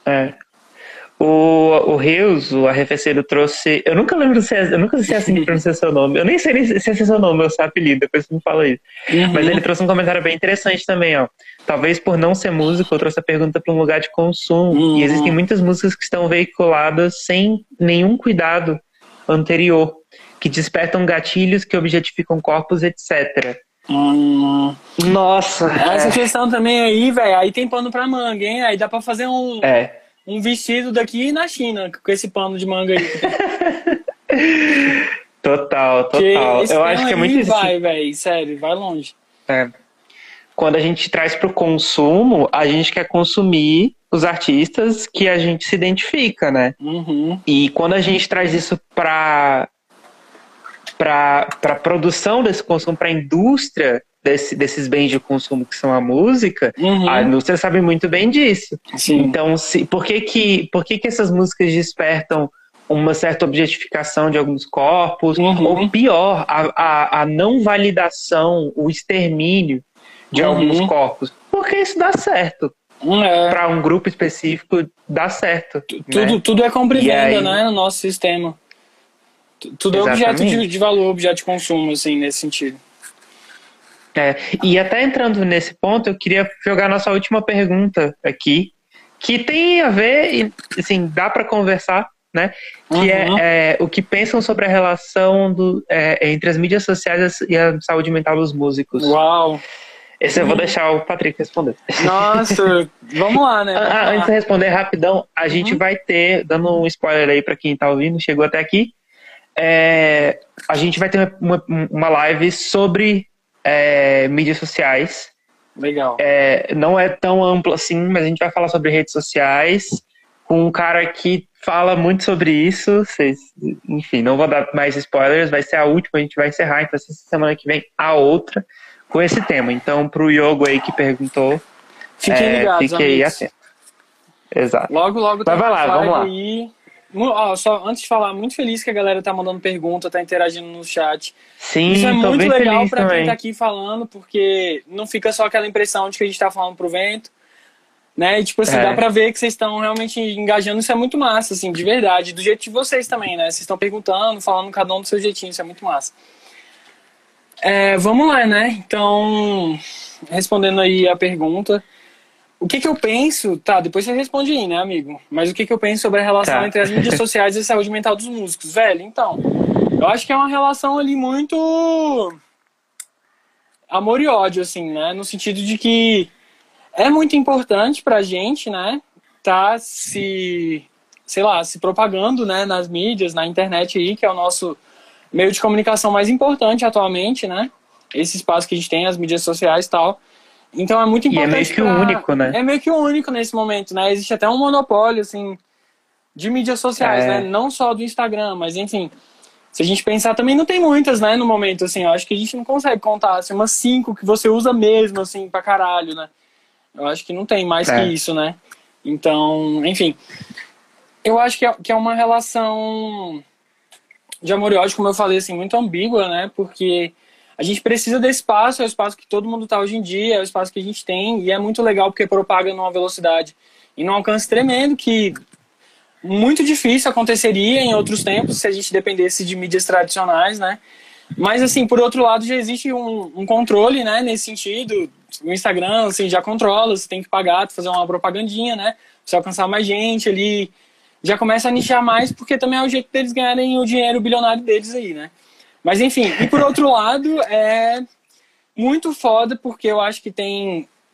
Speaker 2: O Rios, o arrefeceiro, trouxe... Eu nunca sei se é assim que pronuncia seu nome. Eu nem sei se é seu nome ou seu apelido, depois você me fala isso. Mas ele trouxe um comentário bem interessante também, ó. Talvez por não ser músico, eu trouxe a pergunta para um lugar de consumo. E existem muitas músicas que estão veiculadas sem nenhum cuidado anterior, que despertam gatilhos, que objetificam corpos, etc. Nossa!
Speaker 3: Essa questão também aí, velho, aí tem pano pra manga, hein? Aí dá pra fazer um vestido daqui na China, com esse pano de manga aí.
Speaker 2: Total. Eu acho que é muito isso.
Speaker 3: Vai, velho, sério, vai longe.
Speaker 2: Quando a gente traz pro consumo, a gente quer consumir os artistas que a gente se identifica, né? E quando a gente traz isso para produção desse consumo, para a indústria desses bens de consumo que são a música, a indústria sabe muito bem disso.
Speaker 3: Sim.
Speaker 2: Então, por que essas músicas despertam uma certa objetificação de alguns corpos, ou pior, a não validação, o extermínio de alguns corpos? Porque isso dá certo. Para um grupo específico, dá certo.
Speaker 3: Tudo é compra e venda, né, no nosso sistema. Tudo é objeto de valor, objeto de consumo, assim, nesse sentido.
Speaker 2: E até entrando nesse ponto, eu queria jogar nossa última pergunta aqui, que tem a ver, assim, dá para conversar, né? Que é o que pensam sobre a relação entre as mídias sociais e a saúde mental dos músicos.
Speaker 3: Uau!
Speaker 2: Esse eu vou deixar o Patrick responder.
Speaker 3: Nossa, vamos lá, né?
Speaker 2: Antes de responder rapidão, a gente vai ter, dando um spoiler aí para quem tá ouvindo, chegou até aqui, a gente vai ter uma live sobre mídias sociais.
Speaker 3: Legal.
Speaker 2: Não é tão amplo assim, mas a gente vai falar sobre redes sociais com um cara que fala muito sobre isso. Enfim, não vou dar mais spoilers, vai ser a última, a gente vai encerrar, então essa semana que vem a outra com esse tema. Então, pro Yogo aí que perguntou,
Speaker 3: fiquem ligados,
Speaker 2: fique aí atento. Exato.
Speaker 3: Logo
Speaker 2: vai lá, vamos lá.
Speaker 3: Aí. Só antes de falar, muito feliz que a galera tá mandando pergunta, tá interagindo no chat.
Speaker 2: Sim,
Speaker 3: isso é muito legal pra
Speaker 2: também.
Speaker 3: quem tá aqui falando, porque não fica só aquela impressão de que a gente tá falando pro vento, né? E tipo assim, dá pra ver que vocês estão realmente engajando, isso é muito massa, assim, de verdade, do jeito de vocês também, né? Vocês estão perguntando, falando cada um do seu jeitinho, isso é muito massa. Vamos lá, né? Então, respondendo aí a pergunta, o que eu penso... Tá, depois você responde aí, né, amigo? Mas o que eu penso sobre a relação entre as mídias sociais e a saúde mental dos músicos? Velho, então, eu acho que é uma relação ali muito amor e ódio, assim, né? No sentido de que é muito importante pra gente, né? Tá se propagando, né? Nas mídias, na internet aí, que é o nosso meio de comunicação mais importante atualmente, né? Esse espaço que a gente tem, as mídias sociais e tal. Então é muito importante.
Speaker 2: E é meio que o único, né?
Speaker 3: É meio que o único nesse momento, né? Existe até um monopólio, assim, de mídias sociais, né? Não só do Instagram, mas enfim. Se a gente pensar, também não tem muitas, né? No momento, assim, eu acho que a gente não consegue contar, assim, umas 5 que você usa mesmo, assim, pra caralho, né? Eu acho que não tem mais que isso, né? Então, enfim. Eu acho que é uma relação de amor e ódio, como eu falei, assim, muito ambígua, né? Porque a gente precisa desse espaço, é o espaço que todo mundo tá hoje em dia, é o espaço que a gente tem, e é muito legal porque propaga numa velocidade e num alcance tremendo, que muito difícil aconteceria em outros tempos se a gente dependesse de mídias tradicionais, né? Mas, assim, por outro lado, já existe um controle, né, nesse sentido. O Instagram, assim, já controla, você tem que pagar, fazer uma propagandinha, né? Você alcançar mais gente ali, já começa a nichar mais, porque também é o jeito deles ganharem o dinheiro bilionário deles aí, né? Mas enfim, e por outro lado, é muito foda, porque eu acho que tem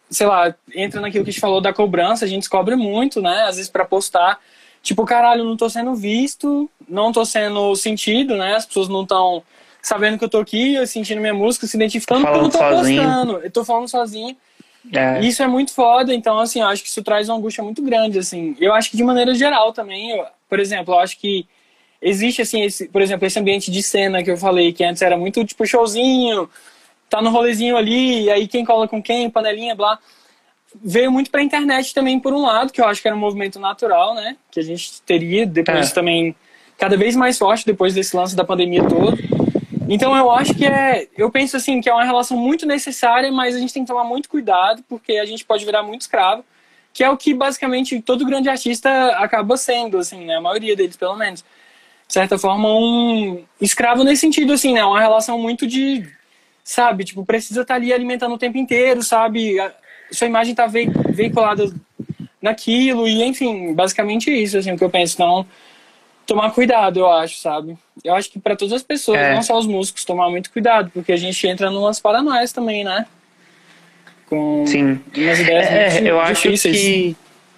Speaker 3: sei lá, entra naquilo que a gente falou da cobrança, a gente descobre muito, né? Às vezes pra postar, tipo, caralho, não tô sendo visto, não tô sendo sentido, né? As pessoas não estão sabendo que eu tô aqui, eu sentindo minha música, se identificando, porque eu não tô postando, eu tô falando sozinho. E isso é muito foda, então, assim, eu acho que isso traz uma angústia muito grande, assim. Eu acho que de maneira geral também, por exemplo, eu acho que existe, assim, por exemplo, esse ambiente de cena que eu falei, que antes era muito, tipo, showzinho, tá no rolezinho ali, e aí quem cola com quem, panelinha, blá. Veio muito pra internet também, por um lado, que eu acho que era um movimento natural, né? Que a gente teria depois também, cada vez mais forte, depois desse lance da pandemia todo. Então eu acho que eu penso assim, que é uma relação muito necessária, mas a gente tem que tomar muito cuidado, porque a gente pode virar muito escravo, que é o que basicamente todo grande artista acaba sendo, assim, né? A maioria deles, pelo menos. De certa forma, um escravo nesse sentido, assim, né? Uma relação muito de, sabe, tipo, precisa estar ali alimentando o tempo inteiro, sabe? Sua imagem tá veiculada naquilo, e enfim, basicamente isso, assim, o que eu penso. Então, tomar cuidado, eu acho, sabe? Eu acho que para todas as pessoas, não só os músicos, tomar muito cuidado, porque a gente entra numas paranoias também, né? Com umas ideias muito
Speaker 2: eu
Speaker 3: difíceis.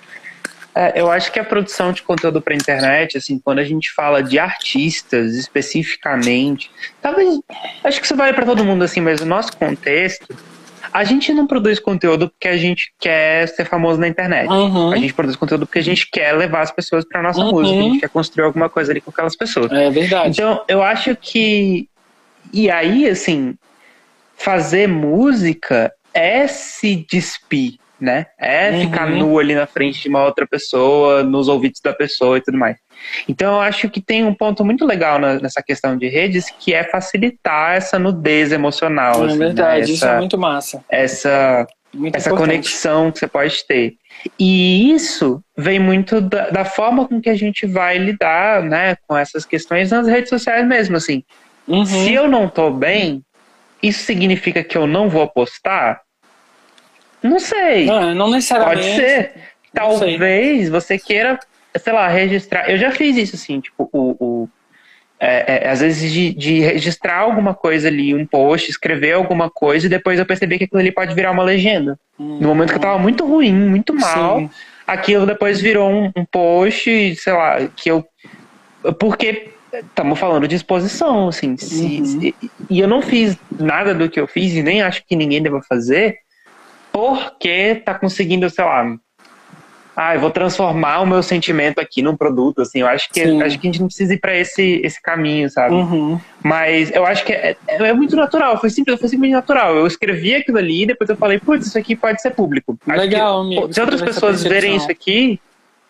Speaker 2: Eu acho que a produção de conteúdo para internet, assim, quando a gente fala de artistas especificamente, talvez, acho que isso vale para todo mundo, assim, mas no nosso contexto, a gente não produz conteúdo porque a gente quer ser famoso na internet. A gente produz conteúdo porque a gente quer levar as pessoas para nossa música, a gente quer construir alguma coisa ali com aquelas pessoas.
Speaker 3: É verdade.
Speaker 2: Então, eu acho que... E aí, assim, fazer música é se despir, né? É ficar nu ali na frente de uma outra pessoa, nos ouvidos da pessoa e tudo mais. Então eu acho que tem um ponto muito legal nessa questão de redes, que é facilitar essa nudez emocional.
Speaker 3: É verdade, isso é muito massa.
Speaker 2: Essa conexão que você pode ter. E isso vem muito da forma com que a gente vai lidar, né, com essas questões nas redes sociais mesmo, assim. Se eu não tô bem, isso significa que eu não vou postar? Não sei.
Speaker 3: Não necessariamente.
Speaker 2: Pode ser. Talvez você queira, sei lá, registrar. Eu já fiz isso, assim, tipo, às vezes de registrar alguma coisa ali, um post, escrever alguma coisa, e depois eu percebi que aquilo ali pode virar uma legenda. No momento que eu tava muito ruim, muito mal, aquilo depois virou um post, sei lá, que eu... Porque estamos falando de exposição, assim. E eu não fiz nada do que eu fiz, e nem acho que ninguém deva fazer, porque tá conseguindo, sei lá, eu vou transformar o meu sentimento aqui num produto, assim. Eu acho que a gente não precisa ir pra esse caminho, sabe? Mas eu acho que é muito natural, foi simplesmente natural. Eu escrevi aquilo ali e depois eu falei, putz, isso aqui pode ser público.
Speaker 3: Legal, amigo.
Speaker 2: Se outras pessoas verem isso aqui,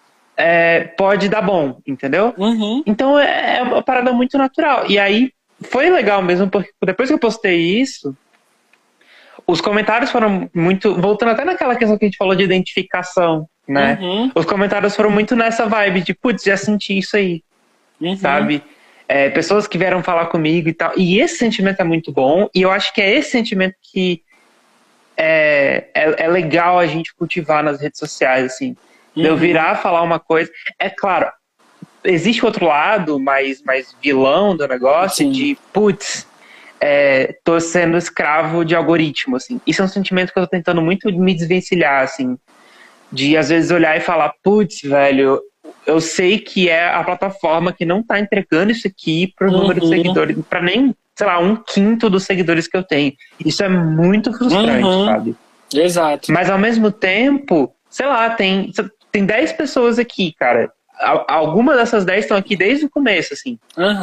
Speaker 2: pode dar bom, entendeu? Então é uma parada muito natural. E aí foi legal mesmo, porque depois que eu postei isso, os comentários foram muito... Voltando até naquela questão que a gente falou de identificação, né? Os comentários foram muito nessa vibe de, putz, já senti isso aí, sabe? Pessoas que vieram falar comigo e tal. E esse sentimento é muito bom. E eu acho que é esse sentimento que é legal a gente cultivar nas redes sociais, assim. De eu virar falar uma coisa... É claro, existe outro lado mais vilão do negócio, de, putz... tô sendo escravo de algoritmo, assim. Isso é um sentimento que eu tô tentando muito me desvencilhar, assim, de às vezes olhar e falar, putz, velho, eu sei que é a plataforma que não tá entregando isso aqui pro número de seguidores, pra nem, sei lá, 1/5 dos seguidores que eu tenho. Isso é muito frustrante, sabe?
Speaker 3: Exato.
Speaker 2: Mas ao mesmo tempo, sei lá, tem 10 pessoas aqui, cara. Algumas dessas 10 estão aqui desde o começo, assim.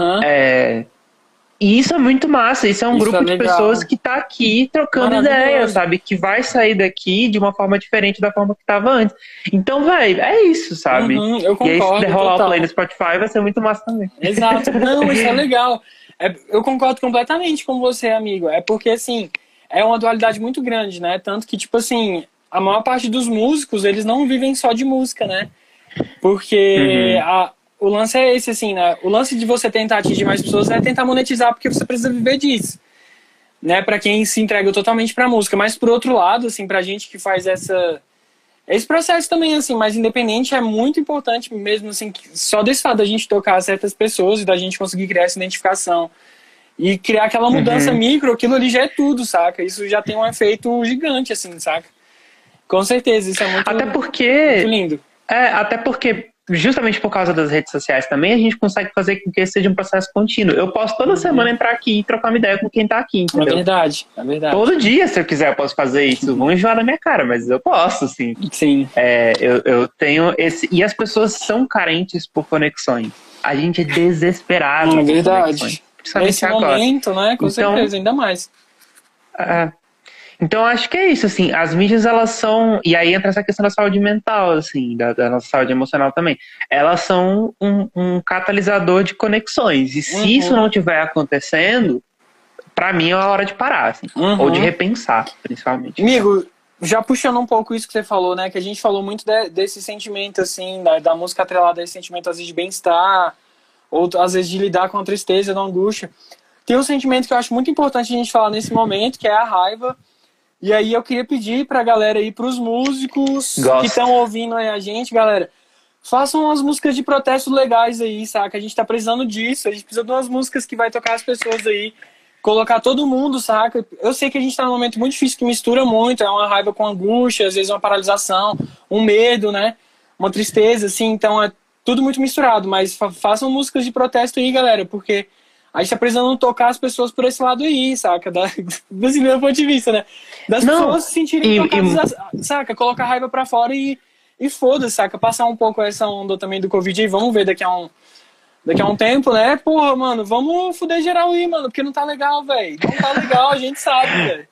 Speaker 2: E isso é muito massa, isso é um grupo de pessoas que tá aqui trocando ideia, sabe? Que vai sair daqui de uma forma diferente da forma que tava antes. Então, velho, é isso, sabe?
Speaker 3: Eu concordo,
Speaker 2: e aí, se der rolar o play no Spotify, vai ser muito massa também.
Speaker 3: Exato. Não, isso é legal. Eu concordo completamente com você, amigo. É porque, assim, é uma dualidade muito grande, né? Tanto que, tipo assim, a maior parte dos músicos, eles não vivem só de música, né? Porque o lance é esse, assim, né? O lance de você tentar atingir mais pessoas é tentar monetizar, porque você precisa viver disso, né? Pra quem se entrega totalmente pra música. Mas, por outro lado, assim, pra gente que faz esse processo também, assim, mais independente, é muito importante mesmo, assim, só desse fato da gente tocar certas pessoas e da gente conseguir criar essa identificação e criar aquela mudança micro, aquilo ali já é tudo, saca? Isso já tem um efeito gigante, assim, saca? Com certeza, isso é muito,
Speaker 2: até porque,
Speaker 3: muito lindo.
Speaker 2: Até porque, justamente por causa das redes sociais também, a gente consegue fazer com que esse seja um processo contínuo. Eu posso toda semana entrar aqui e trocar uma ideia com quem tá aqui, entendeu?
Speaker 3: É verdade.
Speaker 2: Todo dia, se eu quiser, eu posso fazer isso. Vão enjoar na minha cara, mas eu posso, assim.
Speaker 3: Sim.
Speaker 2: Eu tenho esse... E as pessoas são carentes por conexões. A gente é desesperado.
Speaker 3: É verdade.
Speaker 2: Nesse
Speaker 3: momento, né? Com certeza, ainda mais.
Speaker 2: Então, acho que é isso, assim, as mídias, elas são, e aí entra essa questão da saúde mental, assim, da nossa saúde emocional também, elas são um catalisador de conexões, e se isso não estiver acontecendo, pra mim é a hora de parar, assim, ou de repensar, principalmente.
Speaker 3: Amigo, já puxando um pouco isso que você falou, né, que a gente falou muito desse sentimento, assim, da música atrelada, desse sentimento, às vezes, de bem-estar, ou às vezes de lidar com a tristeza, da angústia. Tem um sentimento que eu acho muito importante a gente falar nesse momento, que é a raiva. E aí eu queria pedir pra galera aí, pros músicos que estão ouvindo aí a gente, galera, façam umas músicas de protesto legais aí, saca? A gente tá precisando disso, a gente precisa de umas músicas que vai tocar as pessoas aí, colocar todo mundo, saca? Eu sei que a gente tá num momento muito difícil, que mistura muito, é uma raiva com angústia, às vezes uma paralisação, um medo, né? Uma tristeza, assim, então é tudo muito misturado, mas façam músicas de protesto aí, galera, porque a gente tá precisando tocar as pessoas por esse lado aí, saca? Desse meu ponto de vista, né? Das pessoas se sentirem tocadas, saca? Colocar a raiva pra fora e foda-se, saca? Passar um pouco essa onda também do Covid aí, vamos ver daqui a um tempo, né? Porra, mano, vamos fuder geral aí, mano, porque não tá legal, velho. Não tá legal, a gente sabe, velho.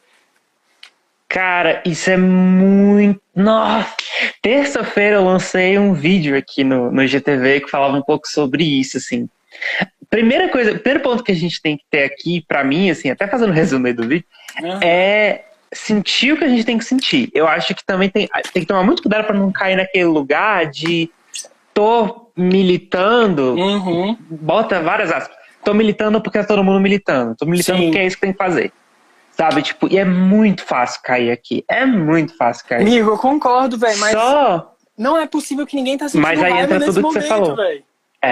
Speaker 2: Cara, isso é muito... Nossa! Terça-feira eu lancei um vídeo aqui no IGTV que falava um pouco sobre isso, assim. Primeiro ponto que a gente tem que ter aqui, pra mim, assim, até fazendo um resumo aí do vídeo, é sentir o que a gente tem que sentir. Eu acho que também tem que tomar muito cuidado pra não cair naquele lugar de tô militando, bota várias aspas, tô militando porque tá todo mundo militando, tô militando porque é isso que tem que fazer. Sabe, tipo, e é muito fácil cair aqui. É muito fácil cair.
Speaker 3: Amigo, eu concordo, velho, mas não é possível que ninguém tá sentindo raiva nesse momento, velho. Mas aí entra tudo que você falou. Véio.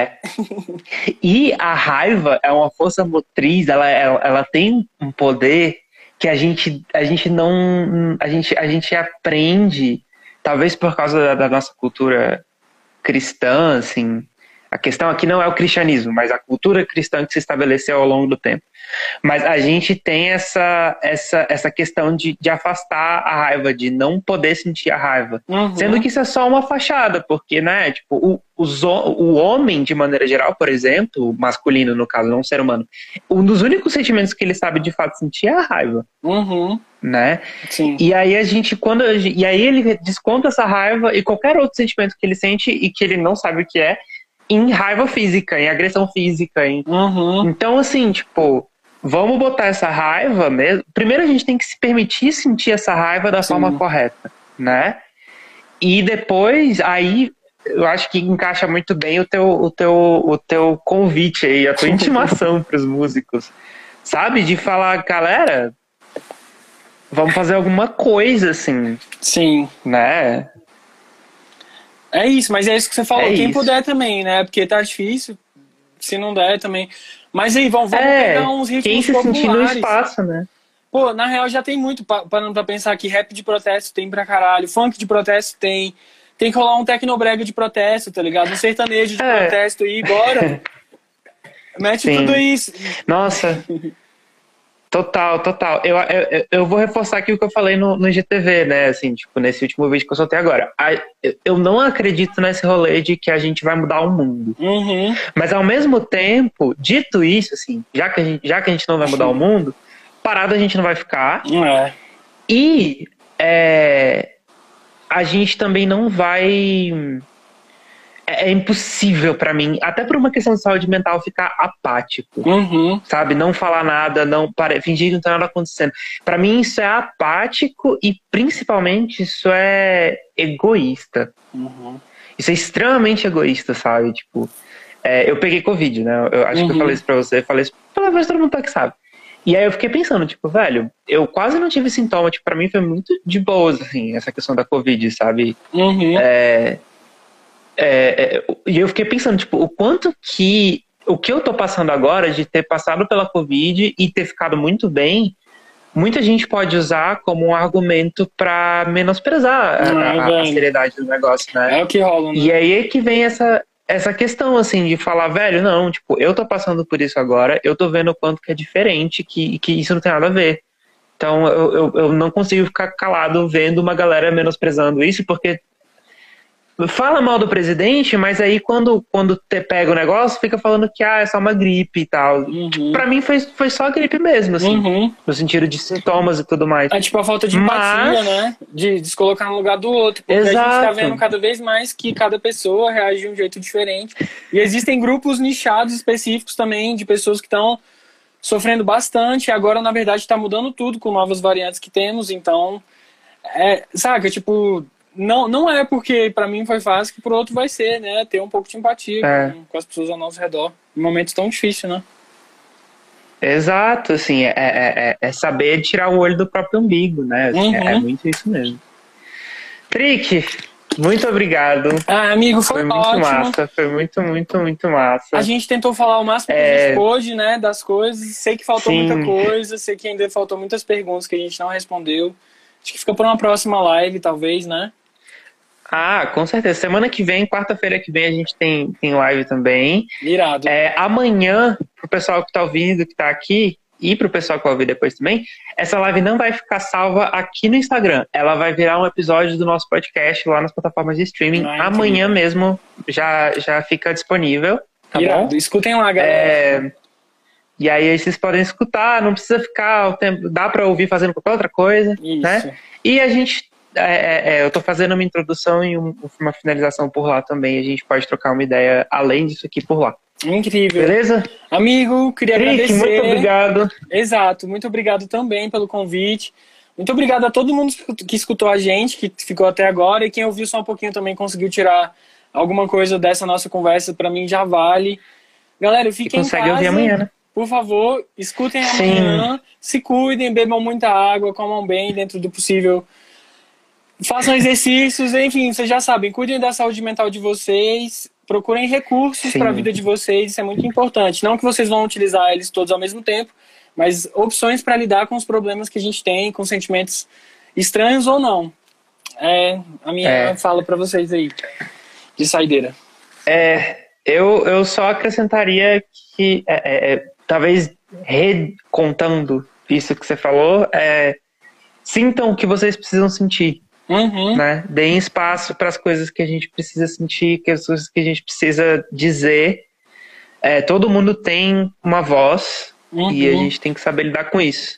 Speaker 2: E a raiva é uma força motriz, ela tem um poder que a gente aprende, talvez por causa da nossa cultura cristã, assim. A questão aqui não é o cristianismo, mas a cultura cristã que se estabeleceu ao longo do tempo. Mas a gente tem essa questão de afastar a raiva, de não poder sentir a raiva. Sendo que isso é só uma fachada, porque, né, tipo, o homem, de maneira geral, por exemplo, o masculino, no caso, não o ser humano, um dos únicos sentimentos que ele sabe de fato sentir é a raiva. Né?
Speaker 3: Sim.
Speaker 2: E aí e aí ele desconta essa raiva e qualquer outro sentimento que ele sente e que ele não sabe o que é, em raiva física, em agressão física. Então, assim, tipo, vamos botar essa raiva mesmo. Primeiro a gente tem que se permitir sentir essa raiva da forma correta, né? E depois, aí, eu acho que encaixa muito bem o teu convite aí, a tua intimação para os músicos, sabe? De falar, galera, vamos fazer alguma coisa, assim.
Speaker 3: Sim.
Speaker 2: Né?
Speaker 3: É isso, mas é isso que você falou. Quem puder também, né? Porque tá difícil. Se não der também. Mas aí, vamos pegar uns ritmos
Speaker 2: quem se
Speaker 3: populares.
Speaker 2: Sentir no espaço, né?
Speaker 3: Pô, na real já tem muito, parando pra pensar que rap de protesto tem pra caralho, funk de protesto tem que rolar um tecnobrega de protesto, tá ligado? Um sertanejo de protesto aí, bora. Mete tudo isso.
Speaker 2: Nossa... Total. Eu vou reforçar aqui o que eu falei no IGTV, né? Assim, tipo, nesse último vídeo que eu soltei agora. Eu não acredito nesse rolê de que a gente vai mudar o mundo. Mas ao mesmo tempo, dito isso, assim, já que a gente não vai mudar o mundo, parado a gente não vai ficar. E a gente também não vai... É impossível pra mim, até por uma questão de saúde mental, ficar apático, sabe? Não falar nada, fingir que não tá nada acontecendo. Pra mim isso é apático e principalmente isso é egoísta. Isso é extremamente egoísta, sabe? Tipo, eu peguei Covid, né? Eu acho que eu falei isso pra você, falei isso pela vez todo mundo tá que sabe. E aí eu fiquei pensando, tipo, velho, eu quase não tive sintoma, tipo, pra mim foi muito de boas, assim, essa questão da Covid, sabe? E eu fiquei pensando, tipo, o que eu tô passando agora de ter passado pela Covid e ter ficado muito bem, muita gente pode usar como um argumento para menosprezar a seriedade do negócio, né?
Speaker 3: É o que rola, né?
Speaker 2: E aí é que vem essa questão, assim, de falar, velho, não, tipo, eu tô passando por isso agora, eu tô vendo o quanto que é diferente, que isso não tem nada a ver. Então, eu não consigo ficar calado vendo uma galera menosprezando isso, porque fala mal do presidente, mas aí quando pega o negócio, fica falando que é só uma gripe e tal.
Speaker 3: Uhum.
Speaker 2: Pra mim foi só gripe mesmo, assim, no sentido de sintomas e tudo mais.
Speaker 3: É tipo a falta de empatia, né? De se colocar no lugar do outro. Porque
Speaker 2: Exato.
Speaker 3: a gente tá vendo cada vez mais que cada pessoa reage de um jeito diferente. E existem grupos nichados específicos também de pessoas que estão sofrendo bastante. E agora, na verdade, tá mudando tudo com novas variantes que temos. Então, saca, tipo... Não é porque pra mim foi fácil que pro outro vai ser, né? Ter um pouco de empatia com as pessoas ao nosso redor. Em momentos tão difíceis, né?
Speaker 2: Exato, assim, é saber tirar o olho do próprio umbigo, né? Assim, é muito isso mesmo. Trick, muito obrigado.
Speaker 3: Amigo, foi
Speaker 2: muito
Speaker 3: ótimo.
Speaker 2: Massa, foi muito massa.
Speaker 3: A gente tentou falar o máximo que a gente pôde, né, das coisas. Sei que faltou muita coisa, sei que ainda faltou muitas perguntas que a gente não respondeu. Acho que fica para uma próxima live, talvez, né?
Speaker 2: Com certeza. Semana que vem, quarta-feira que vem, a gente tem live também.
Speaker 3: Irado.
Speaker 2: Amanhã, pro pessoal que tá ouvindo, que tá aqui, e pro pessoal que vai ouvir depois também, essa live não vai ficar salva aqui no Instagram. Ela vai virar um episódio do nosso podcast lá nas plataformas de streaming. Amanhã mesmo já fica disponível. Tá
Speaker 3: Irado.
Speaker 2: bom?
Speaker 3: Escutem lá, galera.
Speaker 2: E aí vocês podem escutar, não precisa ficar o tempo, dá pra ouvir fazendo qualquer outra coisa.
Speaker 3: Isso.
Speaker 2: Né? E a gente... eu tô fazendo uma introdução e uma finalização por lá também. A gente pode trocar uma ideia além disso aqui por lá.
Speaker 3: Incrível.
Speaker 2: Beleza?
Speaker 3: Amigo, queria agradecer.
Speaker 2: Muito obrigado.
Speaker 3: Exato, muito obrigado também pelo convite. Muito obrigado a todo mundo que escutou a gente, que ficou até agora. E quem ouviu só um pouquinho também conseguiu tirar alguma coisa dessa nossa conversa. Pra mim já vale. Galera, fiquem em casa.
Speaker 2: Consegue ouvir amanhã, né?
Speaker 3: Por favor, escutem amanhã. Se cuidem, bebam muita água, comam bem dentro do possível. Façam exercícios, enfim, vocês já sabem, cuidem da saúde mental de vocês, procurem recursos para a vida de vocês, isso é muito importante. Não que vocês vão utilizar eles todos ao mesmo tempo, mas opções para lidar com os problemas que a gente tem, com sentimentos estranhos ou não. A minha fala para vocês aí, de saideira.
Speaker 2: Eu só acrescentaria que, talvez recontando isso que você falou, sintam o que vocês precisam sentir. Né? Deem espaço para as coisas que a gente precisa sentir, que as coisas que a gente precisa dizer. Todo mundo tem uma voz e a gente tem que saber lidar com isso.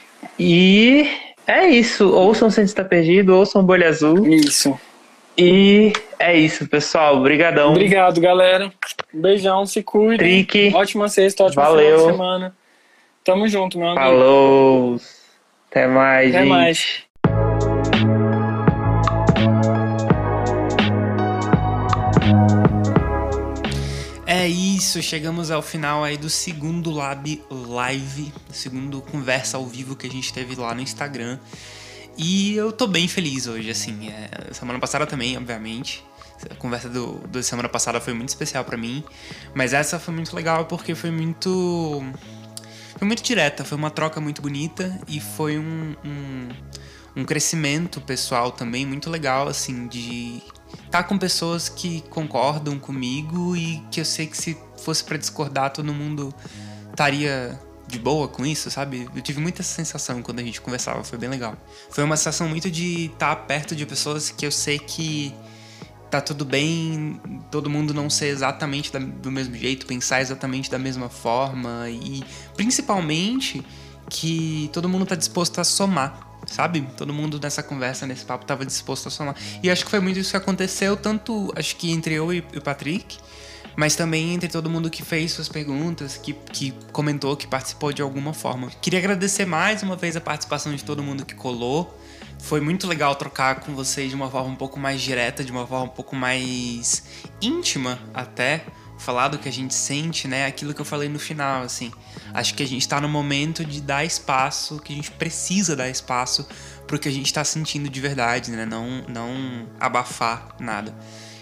Speaker 2: E é isso. Ouçam Sem Estar Perdido, ouçam Bolha Azul.
Speaker 3: Isso.
Speaker 2: E é isso, pessoal. Obrigadão.
Speaker 3: Obrigado, galera. Um beijão, se cuidem.
Speaker 2: Trick.
Speaker 3: Ótima sexta, ótima final de semana. Tamo junto, meu amigo.
Speaker 2: Falou. Até mais,
Speaker 3: Até
Speaker 2: gente.
Speaker 3: mais.
Speaker 1: É isso, chegamos ao final aí do segundo Lab Live, segundo conversa ao vivo que a gente teve lá no Instagram. E eu tô bem feliz hoje, assim, semana passada também, obviamente. A conversa da semana passada foi muito especial pra mim, mas essa foi muito legal porque foi muito direta, foi uma troca muito bonita e foi um crescimento pessoal também muito legal, assim, de estar com pessoas que concordam comigo e que eu sei que se fosse pra discordar todo mundo estaria de boa com isso, sabe? Eu tive muita sensação quando a gente conversava, foi bem legal. Foi uma sensação muito de estar perto de pessoas que eu sei que tá tudo bem, todo mundo não ser exatamente do mesmo jeito, pensar exatamente da mesma forma e principalmente que todo mundo tá disposto a somar, sabe? Todo mundo nessa conversa, nesse papo, tava disposto a somar. E acho que foi muito isso que aconteceu, tanto acho que entre eu e o Patrick, mas também entre todo mundo que fez suas perguntas, que comentou, que participou de alguma forma. Queria agradecer mais uma vez a participação de todo mundo que colou. Foi muito legal trocar com vocês de uma forma um pouco mais direta, de uma forma um pouco mais íntima até. Falar do que a gente sente, né? Aquilo que eu falei no final, assim. Acho que a gente tá no momento de dar espaço, que a gente precisa dar espaço pro que a gente tá sentindo de verdade, né? Não abafar nada.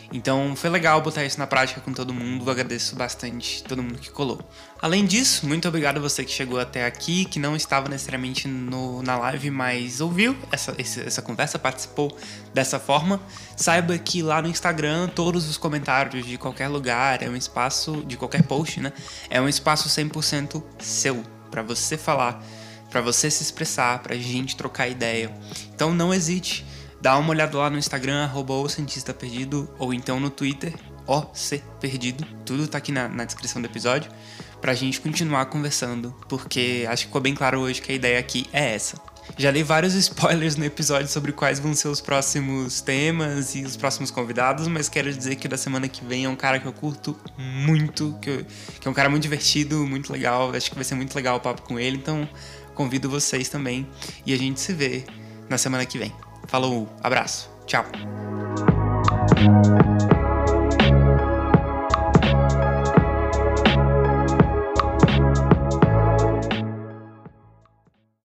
Speaker 1: Então foi legal botar isso na prática com todo mundo, agradeço bastante todo mundo que colou. Além disso, muito obrigado a você que chegou até aqui, que não estava necessariamente na live, mas ouviu essa conversa, participou dessa forma. Saiba que lá no Instagram, todos os comentários de qualquer lugar, é um espaço, de qualquer post, né? É um espaço 100% seu, para você falar, para você se expressar, pra gente trocar ideia. Então não hesite. Dá uma olhada lá no Instagram, @ocentistaperdido, ou então no Twitter, @ocperdido. Tudo tá aqui na descrição do episódio, pra gente continuar conversando, porque acho que ficou bem claro hoje que a ideia aqui é essa. Já dei vários spoilers no episódio sobre quais vão ser os próximos temas e os próximos convidados, mas quero dizer que da semana que vem é um cara que eu curto muito, que é um cara muito divertido, muito legal. Acho que vai ser muito legal o papo com ele, então convido vocês também e a gente se vê na semana que vem. Falou, abraço, tchau.